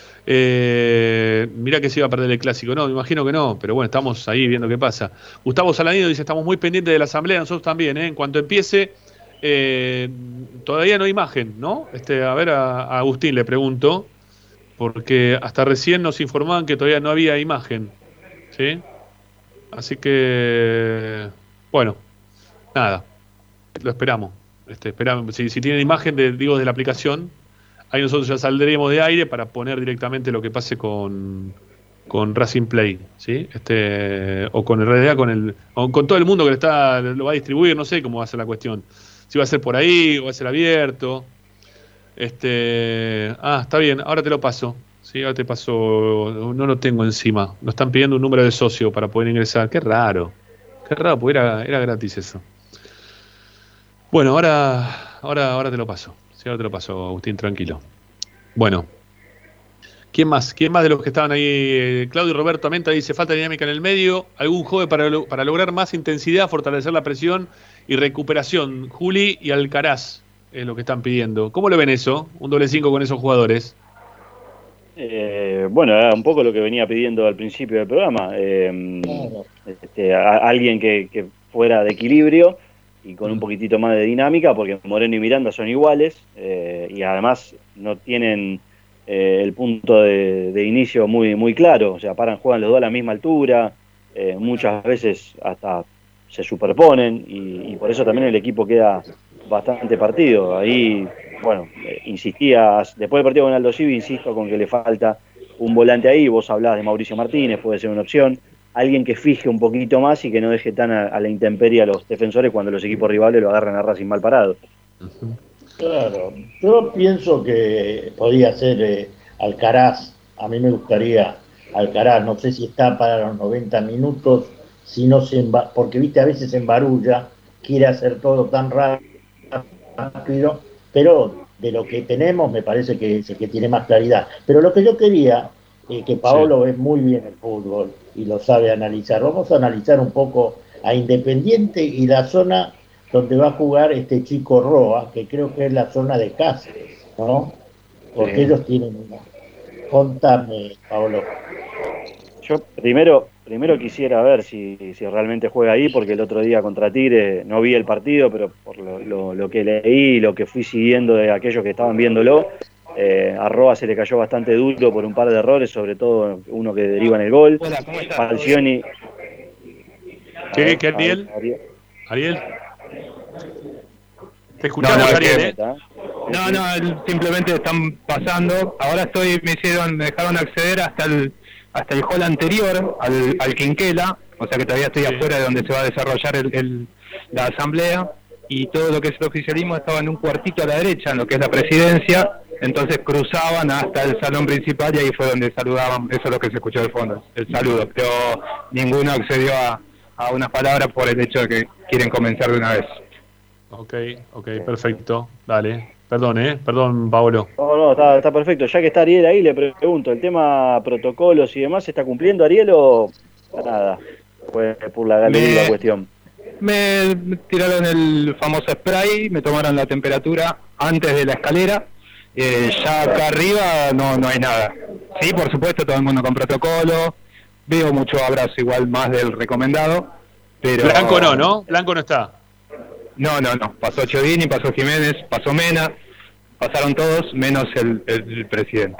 Mirá que se iba a perder el clásico. No, me imagino que no, pero bueno, estamos ahí viendo qué pasa. Gustavo Salanido dice, estamos muy pendientes de la asamblea, nosotros también, En cuanto empiece, todavía no hay imagen, ¿no? A ver, a Agustín le pregunto, porque hasta recién nos informaban que todavía no había imagen, ¿sí? Así que, bueno, nada, lo esperamos. Esperamos. Si tienen imagen de la aplicación, ahí nosotros ya saldremos de aire para poner directamente lo que pase con con Racing Play, ¿sí? O con el RDA, o con todo el mundo que lo va a distribuir, no sé cómo va a ser la cuestión. Si va a ser por ahí o va a ser abierto. Está bien, ahora te lo paso. Sí, ahora te paso, no lo tengo encima. Nos están pidiendo un número de socio para poder ingresar. Qué raro, porque era gratis eso. Bueno, ahora te lo paso. Sí, ahora te lo paso, Agustín, tranquilo. Bueno. ¿Quién más de los que estaban ahí? Claudio Roberto Amenta dice, falta dinámica en el medio, algún juego para lograr más intensidad, fortalecer la presión y recuperación. Juli y Alcaraz es lo que están pidiendo. ¿Cómo lo ven eso? Un doble 5 con esos jugadores. Bueno, era un poco lo que venía pidiendo al principio del programa. Alguien que fuera de equilibrio y con un poquitito más de dinámica, porque Moreno y Miranda son iguales y además no tienen el punto de inicio muy claro. O sea, juegan los dos a la misma altura, muchas veces hasta se superponen y por eso también el equipo queda bastante partido. Ahí, bueno, insistía, después del partido con Aldo Civi, insisto con que le falta un volante ahí. Vos hablabas de Mauricio Martínez, puede ser una opción. Alguien que fije un poquito más y que no deje tan a la intemperie a los defensores cuando los equipos rivales lo agarran a Racing mal parado. Claro, yo pienso que podría ser Alcaraz. A mí me gustaría Alcaraz, no sé si está para los 90 minutos, si no porque viste, a veces se embarulla, quiere hacer todo tan rápido, pero de lo que tenemos me parece que tiene más claridad. Pero lo que yo quería, que Paolo ve muy bien el fútbol y lo sabe analizar, vamos a analizar un poco a Independiente y la zona donde va a jugar este chico Roa, que creo que es la zona de Cáceres, ¿no? Porque ellos tienen una... Contame, Paolo. Yo primero quisiera ver si realmente juega ahí, porque el otro día contra Tigre no vi el partido, pero por lo que leí y lo que fui siguiendo de aquellos que estaban viéndolo, a Roa se le cayó bastante duro por un par de errores, sobre todo uno que deriva en el gol. Hola, ¿cómo estás? Falcioni... ¿Qué Ariel? ¿Ariel? Te escuchamos, Ariel, No, simplemente están pasando. Ahora me dejaron acceder hasta el hall anterior, al Quinquela, o sea que todavía estoy afuera de donde se va a desarrollar la asamblea, y todo lo que es el oficialismo estaba en un cuartito a la derecha, en lo que es la presidencia, entonces cruzaban hasta el salón principal y ahí fue donde saludaban. Eso es lo que se escuchó de fondo, el saludo, pero ninguno accedió a unas palabras por el hecho de que quieren comenzar de una vez. Ok, perfecto, dale. Perdón, Paolo. No, está perfecto. Ya que está Ariel ahí, le pregunto, ¿el tema protocolos y demás se está cumpliendo, Ariel, o nada? Fue por la galería la cuestión. Me tiraron el famoso spray, me tomaron la temperatura antes de la escalera. Ya acá arriba no hay nada. Sí, por supuesto, todo el mundo con protocolo. Veo mucho abrazo, igual más del recomendado. Pero Blanco no. Blanco no está. No. Pasó Chiodini, pasó Jiménez, pasó Mena. Pasaron todos, menos el presidente.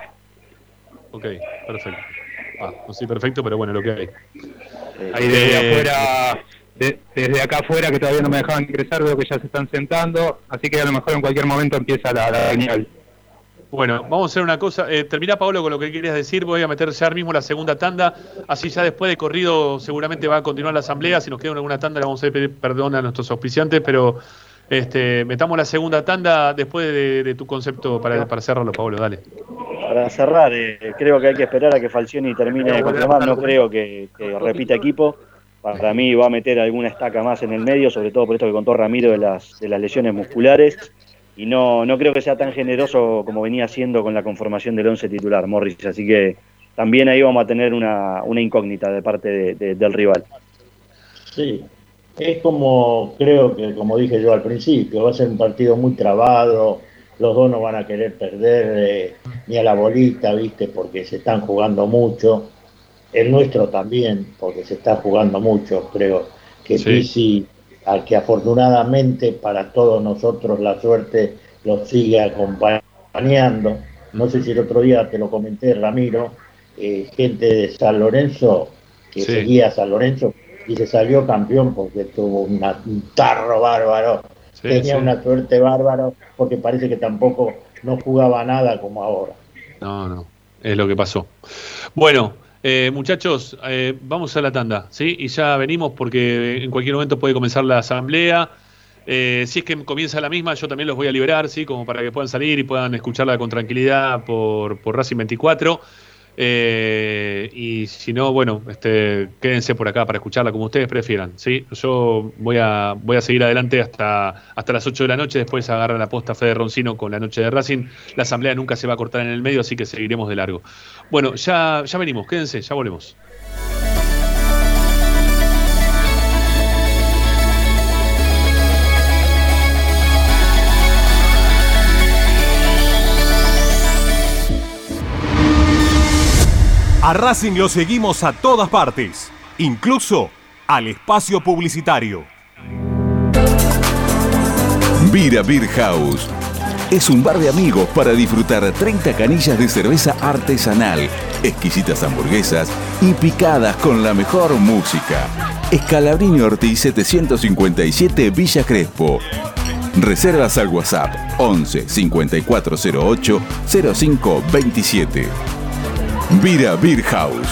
Ok, perfecto. No sé, perfecto, pero bueno, lo que hay. Ahí desde afuera, desde acá afuera, que todavía no me dejaban ingresar, veo que ya se están sentando, así que a lo mejor en cualquier momento empieza la señal. Bueno, vamos a hacer una cosa. Termina, Pablo, con lo que querías decir. Voy a meter ya mismo la segunda tanda. Así ya después de corrido seguramente va a continuar la asamblea. Si nos queda alguna tanda le vamos a pedir perdón a nuestros auspiciantes, pero metamos la segunda tanda después de tu concepto para cerrarlo, Pablo. Dale. Para cerrar, creo que hay que esperar a que Falcioni termine de confirmar. No creo que repita equipo. Para mí va a meter alguna estaca más en el medio, sobre todo por esto que contó Ramiro de las lesiones musculares. Y no creo que sea tan generoso como venía haciendo con la conformación del 11 titular, Morris. Así que también ahí vamos a tener una incógnita de parte del rival. Sí, es como, creo que como dije yo al principio, va a ser un partido muy trabado. Los dos no van a querer perder ni a la bolita, ¿viste? Porque se están jugando mucho. El nuestro también, porque se está jugando mucho. Creo que Pizzi, al que afortunadamente para todos nosotros la suerte los sigue acompañando. No sé si el otro día te lo comenté, Ramiro, gente de San Lorenzo que seguía a San Lorenzo y se salió campeón porque tuvo un tarro bárbaro. Tenía una suerte bárbaro porque parece que tampoco no jugaba nada como ahora. No, es lo que pasó. Bueno, Muchachos, vamos a la tanda, ¿sí? Y ya venimos porque en cualquier momento puede comenzar la asamblea. Si es que comienza la misma, yo también los voy a liberar, ¿sí? Como para que puedan salir y puedan escucharla con tranquilidad por Racing 24. Y si no, bueno, quédense por acá para escucharla como ustedes prefieran, ¿sí? Yo voy a seguir adelante hasta las 8 de la noche. Después agarra la posta Fede Roncino con la noche de Racing. La asamblea nunca se va a cortar en el medio, así que seguiremos de largo. Bueno, ya venimos, quédense, ya volvemos. A Racing lo seguimos a todas partes, incluso al espacio publicitario. Vira Beer House es un bar de amigos para disfrutar 30 canillas de cerveza artesanal, exquisitas hamburguesas y picadas con la mejor música. Scalabrini Ortiz 757 Villa Crespo. Reservas al WhatsApp 11 5408 0527. Vira Beer House.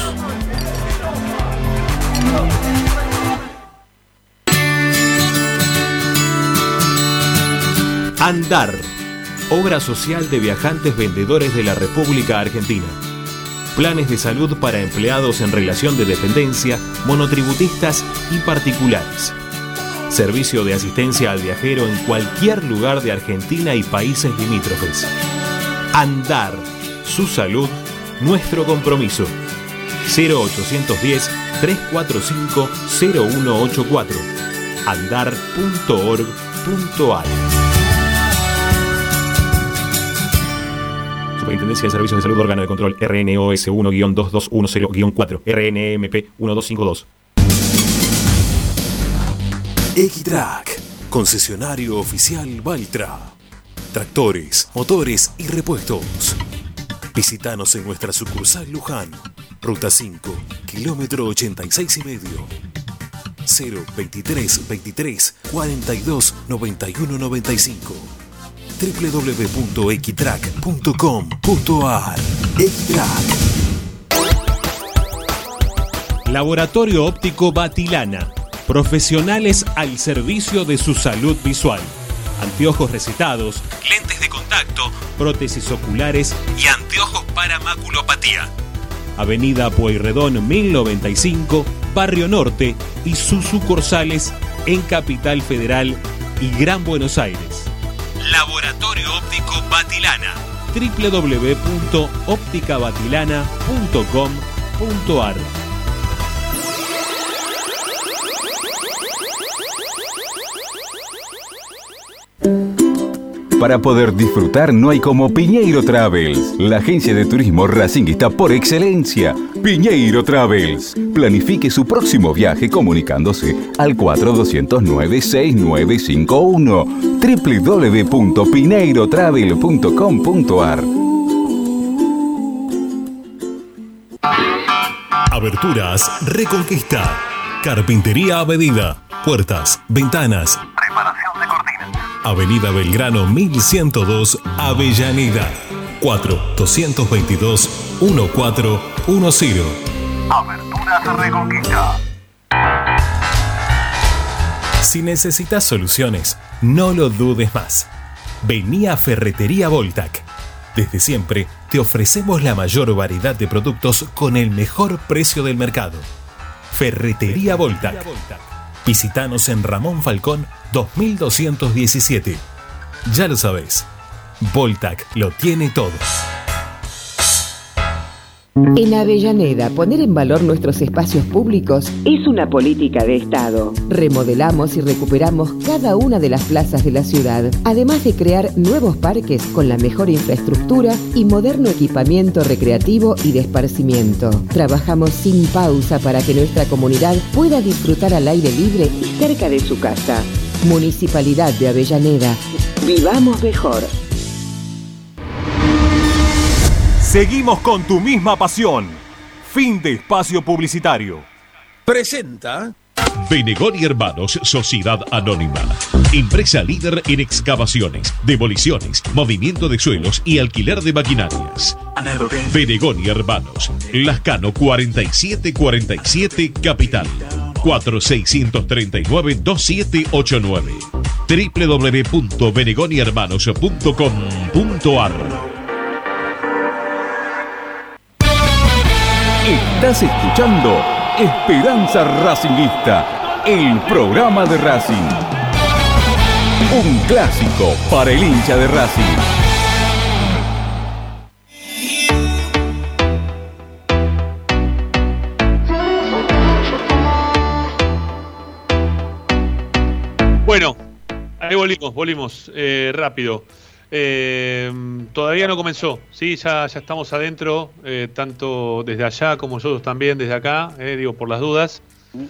Andar, obra social de viajantes vendedores de la República Argentina. Planes de salud para empleados en relación de dependencia, monotributistas y particulares. Servicio de asistencia al viajero en cualquier lugar de Argentina y países limítrofes. Andar, su salud, nuestro compromiso. 0810-345-0184. andar.org.ar. Superintendencia de Servicios de Salud, órgano de control, RNOS 1-2210-4, RNMP 1252. Equitrack, concesionario oficial Valtra. Tractores, motores y repuestos. Visítanos en nuestra sucursal Luján, Ruta 5, kilómetro 86,5. 023 23 42 91 95. www.equitrack.com.ar. Equitrack. Laboratorio Óptico Batilana. Profesionales al servicio de su salud visual. Anteojos recetados, lentes de contacto, prótesis oculares y anteojos para maculopatía. Avenida Pueyrredón 1095, Barrio Norte y sus sucursales en Capital Federal y Gran Buenos Aires. Laboratorio Óptico Batilana. www.opticabatilana.com.ar. Para poder disfrutar no hay como Piñeiro Travels, la agencia de turismo racinguista por excelencia. Piñeiro Travels. Planifique su próximo viaje comunicándose al 4209-6951. www.pineirotravel.com.ar. Aberturas Reconquista. Carpintería a medida. Puertas, ventanas. Reparación de cortinas. Avenida Belgrano 1102, Avellaneda. 4-222-1410. Aberturas Reconquista. Si necesitas soluciones, no lo dudes más. Vení a Ferretería Voltac. Desde siempre te ofrecemos la mayor variedad de productos con el mejor precio del mercado. Ferretería Voltac. Visítanos en Ramón Falcón 2217. Ya lo sabés, Voltac lo tiene todo. En Avellaneda, poner en valor nuestros espacios públicos es una política de Estado. Remodelamos y recuperamos cada una de las plazas de la ciudad, además de crear nuevos parques con la mejor infraestructura y moderno equipamiento recreativo y de esparcimiento. Trabajamos sin pausa para que nuestra comunidad pueda disfrutar al aire libre y cerca de su casa. Municipalidad de Avellaneda. Vivamos mejor. Seguimos con tu misma pasión. Fin de espacio publicitario. Presenta Venegón y Hermanos, Sociedad Anónima. Empresa líder en excavaciones, demoliciones, movimiento de suelos y alquiler de maquinarias. Venegón y Hermanos, Lascano 4747 Capital. 4639-2789. www.venegonyhermanos.com.ar. Estás escuchando Esperanza Racingista, el programa de Racing. Un clásico para el hincha de Racing. Bueno, ahí volvimos rápido. Todavía no comenzó, ¿sí? Ya estamos adentro, tanto desde allá como nosotros también desde acá, digo por las dudas,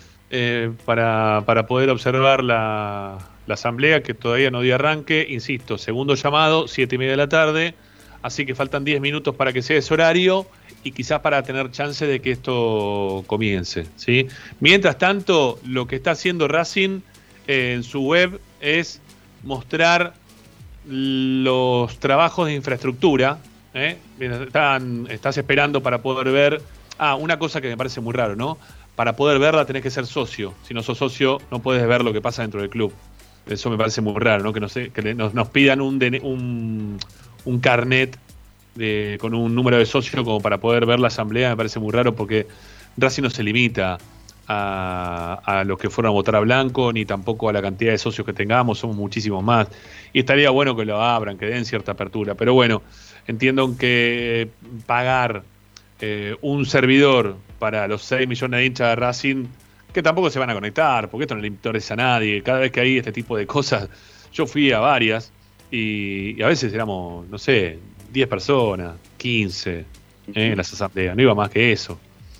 para poder observar la asamblea que todavía no dio arranque. Insisto, segundo llamado, 7:30 de la tarde, así que faltan 10 minutos para que sea ese horario y quizás para tener chance de que esto comience, ¿sí? Mientras tanto, lo que está haciendo Racing en su web es mostrar los trabajos de infraestructura. Estás esperando para poder ver. Una cosa que me parece muy raro, ¿no? Para poder verla tenés que ser socio. Si no sos socio, no puedes ver lo que pasa dentro del club. Eso me parece muy raro, ¿no? Que nos pidan un carnet con un número de socio como para poder ver la asamblea. Me parece muy raro porque Racing no se limita a los que fueron a votar a blanco, ni tampoco a la cantidad de socios que tengamos, somos muchísimos más. Y estaría bueno que lo abran, que den cierta apertura. Pero bueno, entiendo que pagar un servidor para los 6 millones de hinchas de Racing, que tampoco se van a conectar, porque esto no le interesa a nadie. Cada vez que hay este tipo de cosas, yo fui a varias, y a veces éramos, no sé, 10 personas, 15 en las asambleas, no iba más que eso.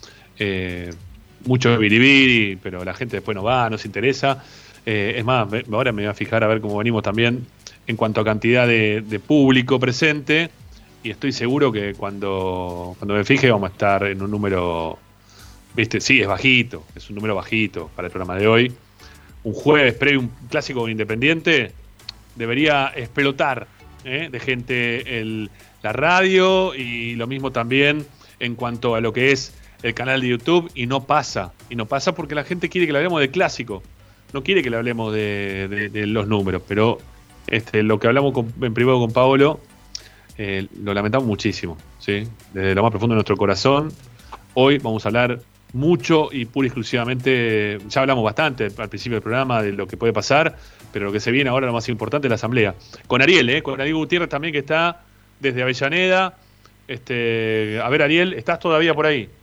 Mucho biribiri, pero la gente después no va, no se interesa. Es más, ahora me voy a fijar a ver cómo venimos también en cuanto a cantidad de público presente, y estoy seguro que cuando me fije vamos a estar en un número, ¿viste? Sí, es bajito, es un número bajito para el programa de hoy. Un jueves previo un clásico con Independiente debería explotar de gente la radio, y lo mismo también en cuanto a lo que es el canal de YouTube, y no pasa porque la gente quiere que le hablemos de clásico, no quiere que le hablemos de los números. Pero lo que hablamos en privado con Paolo, lo lamentamos muchísimo, ¿sí? Desde lo más profundo de nuestro corazón. Hoy vamos a hablar mucho y pura y exclusivamente, ya hablamos bastante al principio del programa de lo que puede pasar, pero lo que se viene ahora, lo más importante, es la asamblea. Con Ariel, con Ariel Gutiérrez también, que está desde Avellaneda. A ver, Ariel, ¿estás todavía por ahí?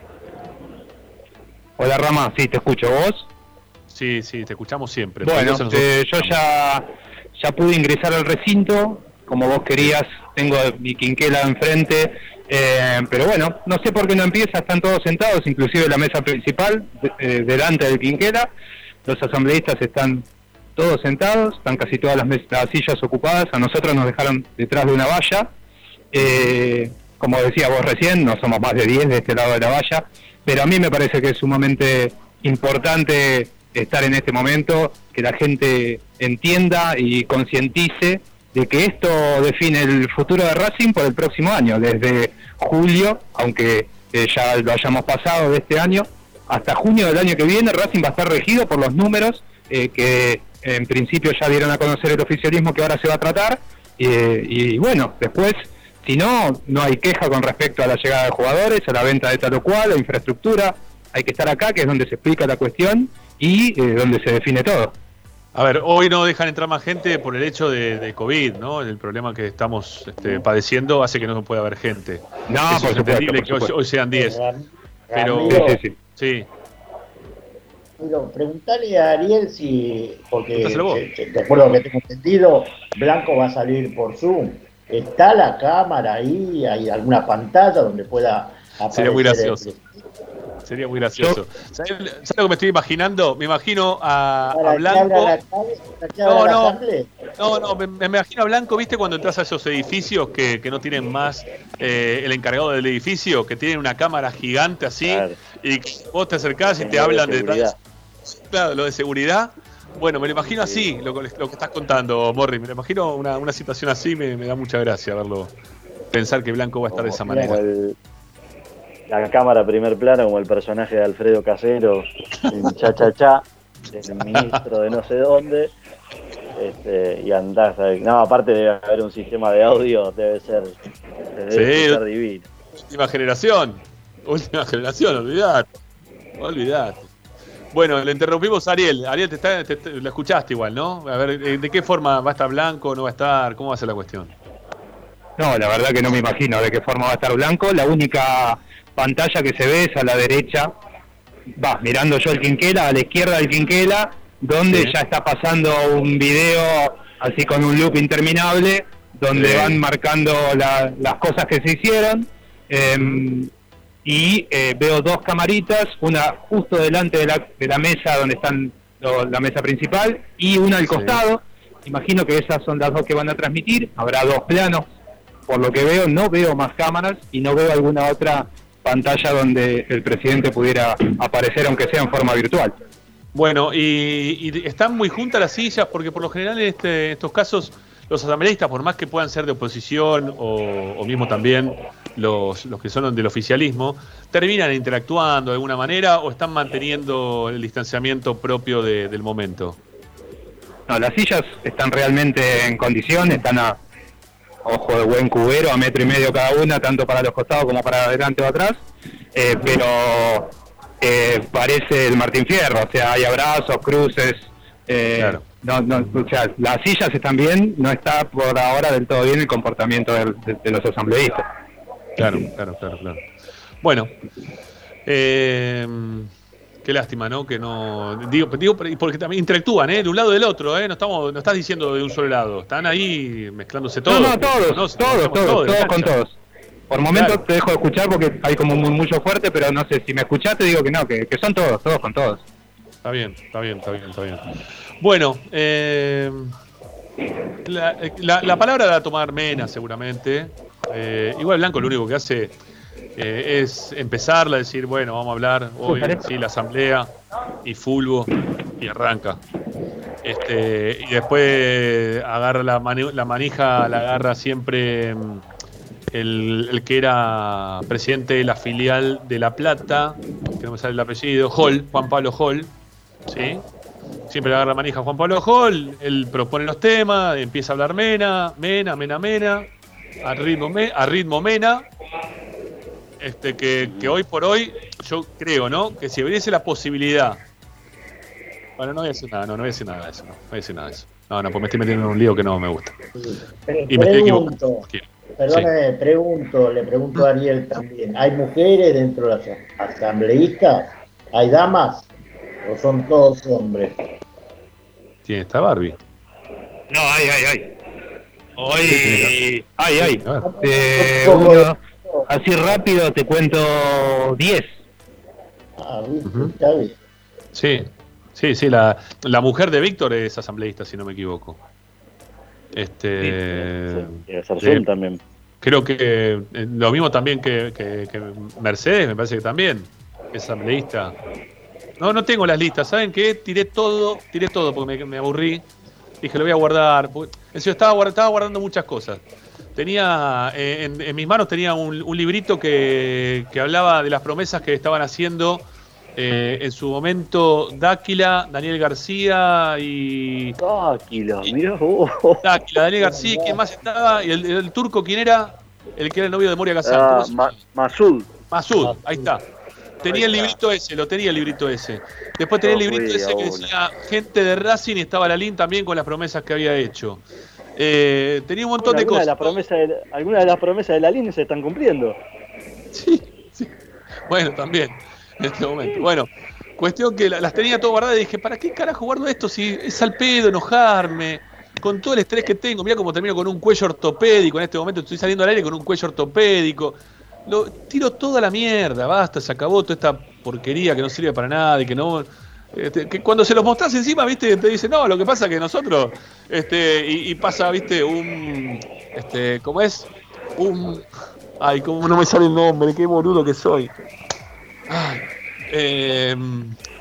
Hola, Rama, sí, te escucho. ¿Vos? Sí, te escuchamos siempre. Bueno, yo ya pude ingresar al recinto, como vos querías, tengo mi quinquela enfrente, pero bueno, no sé por qué no empieza, están todos sentados, inclusive la mesa principal, delante del quinquela, los asambleístas están todos sentados, están casi todas las sillas ocupadas, a nosotros nos dejaron detrás de una valla, como decía vos recién, no somos más de 10 de este lado de la valla, pero a mí me parece que es sumamente importante estar en este momento, que la gente entienda y concientice de que esto define el futuro de Racing por el próximo año, desde julio, aunque ya lo hayamos pasado de este año, hasta junio del año que viene. Racing va a estar regido por los números que en principio ya dieron a conocer el oficialismo que ahora se va a tratar, y bueno, después, si no hay queja con respecto a la llegada de jugadores, a la venta de tal o cual, a infraestructura. Hay que estar acá, que es donde se explica la cuestión y donde se define todo. A ver, hoy no dejan entrar más gente por el hecho de COVID, ¿no? El problema que estamos padeciendo hace que no pueda haber gente. No, eso por es supuesto, entendible, por que supuesto. hoy sean 10. Pero sí. Pero preguntale a Ariel porque de acuerdo a lo que tengo entendido, Blanco va a salir por Zoom. ¿Está la cámara ahí? ¿Hay alguna pantalla donde pueda aparecer? Sería muy gracioso. Sería muy gracioso. ¿Sabes lo que me estoy imaginando? Me imagino a Blanco. No, me imagino a Blanco, ¿viste? Cuando entras a esos edificios que no tienen más el encargado del edificio, que tienen una cámara gigante así, claro, y vos te acercás y te hablan detrás. Claro, lo de seguridad. Bueno, me lo imagino así, lo que estás contando, Morri. Me lo imagino una situación así, me da mucha gracia verlo. Pensar que Blanco va a estar de esa manera. La cámara primer plano, como el personaje de Alfredo Casero, en Cha-Cha-Cha, el ministro de no sé dónde. Y andás. No, aparte debe haber un sistema de audio, debe ser divino. Última generación, olvidate. Bueno, le interrumpimos a Ariel. Ariel, lo escuchaste igual, ¿no? A ver, ¿de qué forma va a estar Blanco? ¿No va a estar? ¿Cómo va a ser la cuestión? No, la verdad que no me imagino de qué forma va a estar Blanco. La única pantalla que se ve es a la derecha. Mirando yo el Quinquela, a la izquierda del Quinquela, donde ya está pasando un video así con un loop interminable, donde van marcando las cosas que se hicieron. Y veo dos camaritas, una justo delante de la mesa donde están la mesa principal y una al costado. Imagino que esas son las dos que van a transmitir. Habrá dos planos. Por lo que veo, no veo más cámaras y no veo alguna otra pantalla donde el presidente pudiera aparecer, aunque sea en forma virtual. Bueno, y están muy juntas las sillas, porque por lo general en estos casos los asambleístas, por más que puedan ser de oposición o mismo también los que son del oficialismo, terminan interactuando de alguna manera o están manteniendo el distanciamiento propio del momento. No, las sillas están realmente en condición, están a ojo de buen cubero, a 1,5 metros cada una, tanto para los costados como para adelante o atrás, pero parece el Martín Fierro, o sea, hay abrazos, cruces, claro. O sea, las sillas están bien, no está por ahora del todo bien el comportamiento de los asambleístas. Claro. Bueno, qué lástima, ¿no? Que no. Digo, porque también interactúan, de un lado y del otro, no estás diciendo de un solo lado, están ahí mezclándose todos. No, todos con todos. Por momentos te dejo de escuchar porque hay como un murmullo fuerte, pero no sé, si me escuchás te digo que no, que son todos con todos. Está bien. Bueno, la palabra la va a tomar Mena seguramente. Igual Blanco lo único que hace es empezarla, decir, bueno, vamos a hablar hoy, sí, la asamblea y fulbo, y arranca. Y después agarra la manija, la agarra siempre el que era presidente de la filial de La Plata, que no me sale el apellido, Juan Pablo Hall, ¿sí? Siempre le agarra la manija a Juan Pablo Hall, él propone los temas, empieza a hablar Mena, a ritmo Mena, que hoy por hoy, yo creo, ¿no? Que si hubiese la posibilidad. Bueno, no voy a decir nada, no voy a decir nada de eso, No, pues me estoy metiendo en un lío que no me gusta. Y me estoy equivocando. Perdóname, le pregunto a Ariel también. ¿Hay mujeres dentro de las asambleístas? ¿Hay damas? ¿O son todos hombres? ¿Quién está Barbie? No, hay. Hoy hay. Así rápido te cuento 10. Está bien. Sí, la mujer de Víctor es asambleísta, si no me equivoco. También. Creo que lo mismo también que Mercedes, me parece que también es asambleísta. No tengo las listas, ¿saben qué? Tiré todo porque me aburrí. Dije, lo voy a guardar. Estaba guardando muchas cosas. Tenía en mis manos tenía un librito que hablaba de las promesas que estaban haciendo en su momento Dáquila, Daniel García y... Dáquila, mirá Dáquila, Daniel García, ¿quién más estaba? Y el turco, ¿quién era? El que era el novio de Moria Kazan. Masud, ahí está. Tenía el librito ese, Después tenía el librito ese que decía gente de Racing y estaba Lalín también con las promesas que había hecho. Tenía un montón de cosas. Algunas de las promesas de Lalín se están cumpliendo. Sí. Bueno, también, en este momento. Bueno, cuestión que las tenía todo guardadas y dije, ¿para qué carajo guardo esto si es al pedo enojarme? Con todo el estrés que tengo, mirá cómo termino con un cuello ortopédico. En este momento estoy saliendo al aire con un cuello ortopédico. Lo tiro toda la mierda, basta, se acabó toda esta porquería que no sirve para nada y que no... que cuando se los mostrás encima, viste, te dicen, no, lo que pasa es que nosotros, y pasa, viste, ¿cómo es? Ay, cómo no me sale el nombre, qué boludo que soy.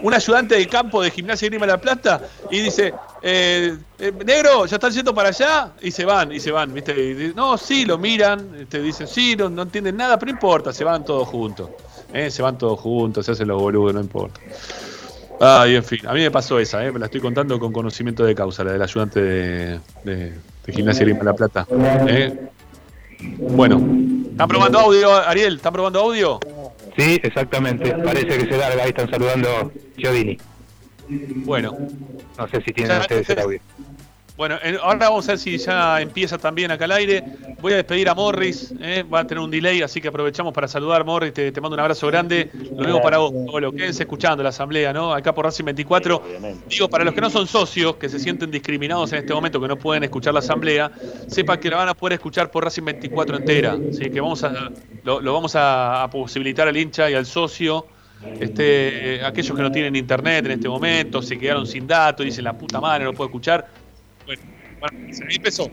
un ayudante de campo de Gimnasia y Grima de la Plata y dice, negro, ¿ya están yendo para allá? Y se van, ¿viste? Y, no, sí, lo miran, dicen, sí, no entienden nada, pero no importa, se van todos juntos. Se van todos juntos, se hacen los boludos, no importa. Y en fin, a mí me pasó esa, me la estoy contando con conocimiento de causa, la del ayudante de Gimnasia y Grima de la Plata. Bueno, ¿están probando audio, Ariel? ¿Están probando audio? Sí, exactamente. Parece que se larga. Ahí están saludando Giodini. Bueno. No sé si tienen ustedes el audio. Bueno, ahora vamos a ver si ya empieza también acá al aire. Voy a despedir a Morris, va a tener un delay, así que aprovechamos para saludar, Morris, te mando un abrazo grande. Lo mismo para vos, Pablo, quédense escuchando la asamblea, ¿no? Acá por Racing 24. Digo, para los que no son socios, que se sienten discriminados en este momento, que no pueden escuchar la asamblea, sepan que la van a poder escuchar por Racing 24 entera. Así que lo vamos a posibilitar al hincha y al socio. Aquellos que no tienen internet en este momento, se quedaron sin datos, dicen la puta madre, no lo puedo escuchar. Bueno, ahí empezó.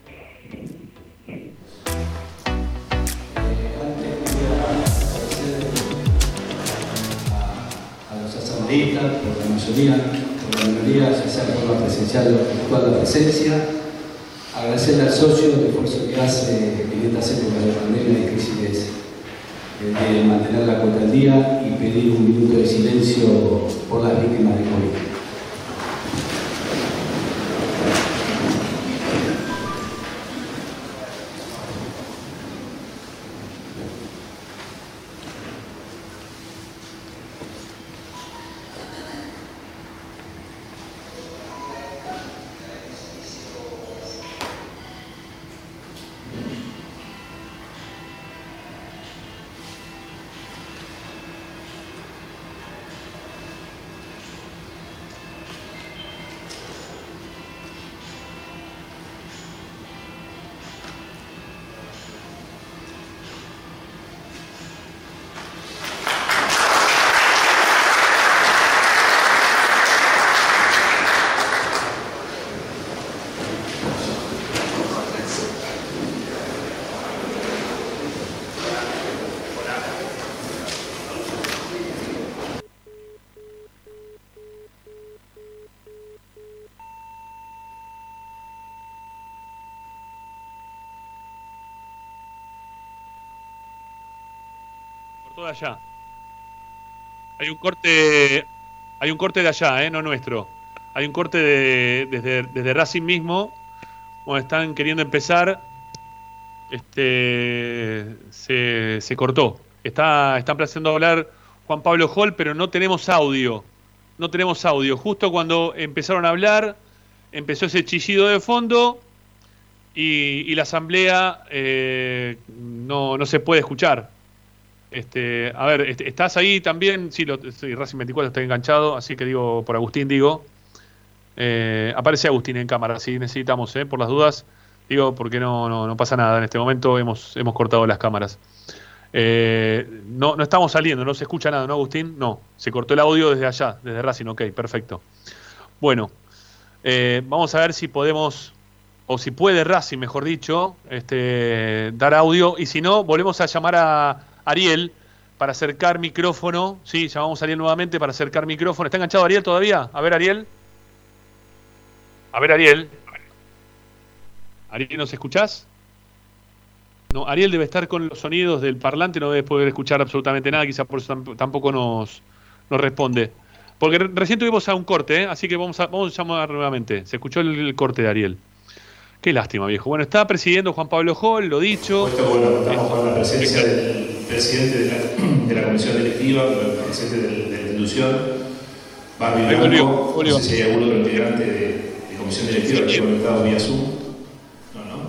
A los asambleístas, por la mayoría, ya sea por la presencial o virtual la presencia, agradecerle al socio el esfuerzo que hace en estas épocas de pandemia y crisis de mantener la cuota al día y pedir un minuto de silencio por las víctimas de COVID. De allá. Hay un corte de allá, no nuestro. Hay un corte desde Racing mismo, cuando están queriendo empezar, se cortó. Está empezando a hablar Juan Pablo Hall, pero no tenemos audio. Justo cuando empezaron a hablar, empezó ese chillido de fondo y la asamblea no se puede escuchar. A ver, ¿estás ahí también? Sí, Racing 24 está enganchado, así que digo, por Agustín digo. Aparece Agustín en cámara, si necesitamos, por las dudas. Digo, porque no pasa nada en este momento, hemos cortado las cámaras. No estamos saliendo, no se escucha nada, ¿no, Agustín? No, se cortó el audio desde allá, desde Racing, ok, perfecto. Bueno, vamos a ver si podemos, o si puede Racing, mejor dicho, dar audio, y si no, volvemos a llamar a Ariel para acercar micrófono. Sí, llamamos a Ariel nuevamente para acercar micrófono. ¿Está enganchado Ariel todavía? A ver, Ariel. Ariel, ¿nos escuchás? No, Ariel debe estar con los sonidos del parlante, no debe poder escuchar absolutamente nada, quizás por eso tampoco nos responde. Porque recién tuvimos a un corte, así que vamos a llamar nuevamente. Se escuchó el corte de Ariel. Qué lástima, viejo. Bueno, está presidiendo Juan Pablo Hall, lo dicho. Bueno, estamos con la presencia del presidente de la comisión directiva, el presidente de la institución, Barbie Blanco. No sé si hay algún otro integrante de comisión directiva que esté conectado vía Zoom. No.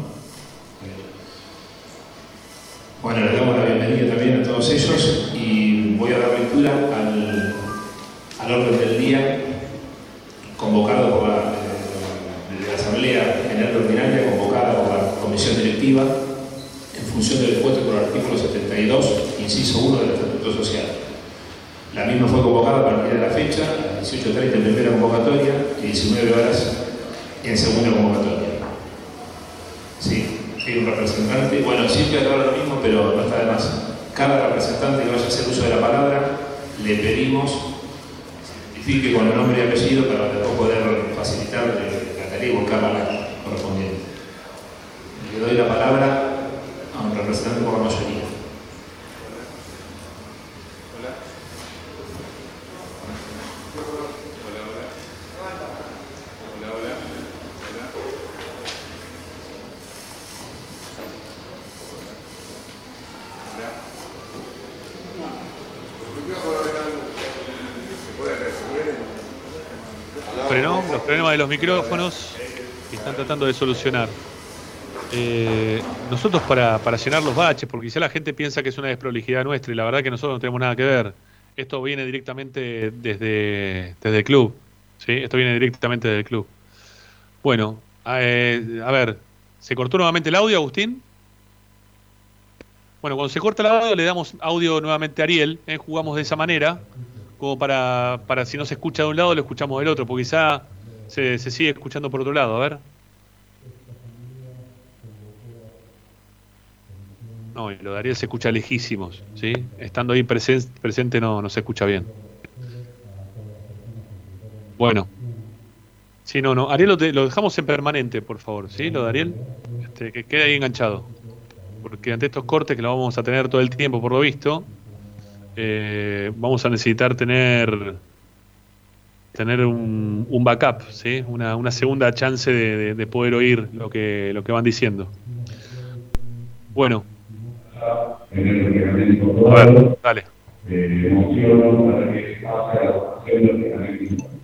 Bueno, le damos la bienvenida también a todos ellos y voy a dar lectura al orden del día convocado por la Asamblea General Ordinaria, convocada por la Comisión Directiva en función del dispuesto por el artículo 72, inciso 1 del Estatuto Social. La misma fue convocada a partir de la fecha, a las 18:30 en primera convocatoria y 19 horas en segunda convocatoria. Sí, hay un representante. Bueno, siempre acaba lo mismo, pero no está de más. Cada representante que vaya a hacer uso de la palabra, le pedimos, identifique con el nombre y apellido para después poder facilitar la tarea y buscar la correspondiente. Le doy la palabra a un representante por la mayoría. Los problemas de los micrófonos que están tratando de solucionar. Nosotros para llenar los baches, porque quizá la gente piensa que es una desprolijidad nuestra y la verdad que nosotros no tenemos nada que ver. Esto viene directamente desde el club, ¿sí? Esto viene directamente del club. Bueno, a ver, ¿se cortó nuevamente el audio, Agustín? Bueno, cuando se corta el audio le damos audio nuevamente a Ariel, jugamos de esa manera, como para si no se escucha de un lado lo escuchamos del otro, porque quizá se sigue escuchando por otro lado, a ver. No, y lo de Ariel se escucha lejísimos, ¿sí? Estando ahí presente no se escucha bien. Bueno. Sí, no. Ariel lo dejamos en permanente, por favor, ¿sí? Lo de Ariel, que quede ahí enganchado. Porque ante estos cortes que lo vamos a tener todo el tiempo, por lo visto, vamos a necesitar tener un backup, ¿sí? Una segunda chance de poder oír lo que van diciendo. Bueno. A ver, dale.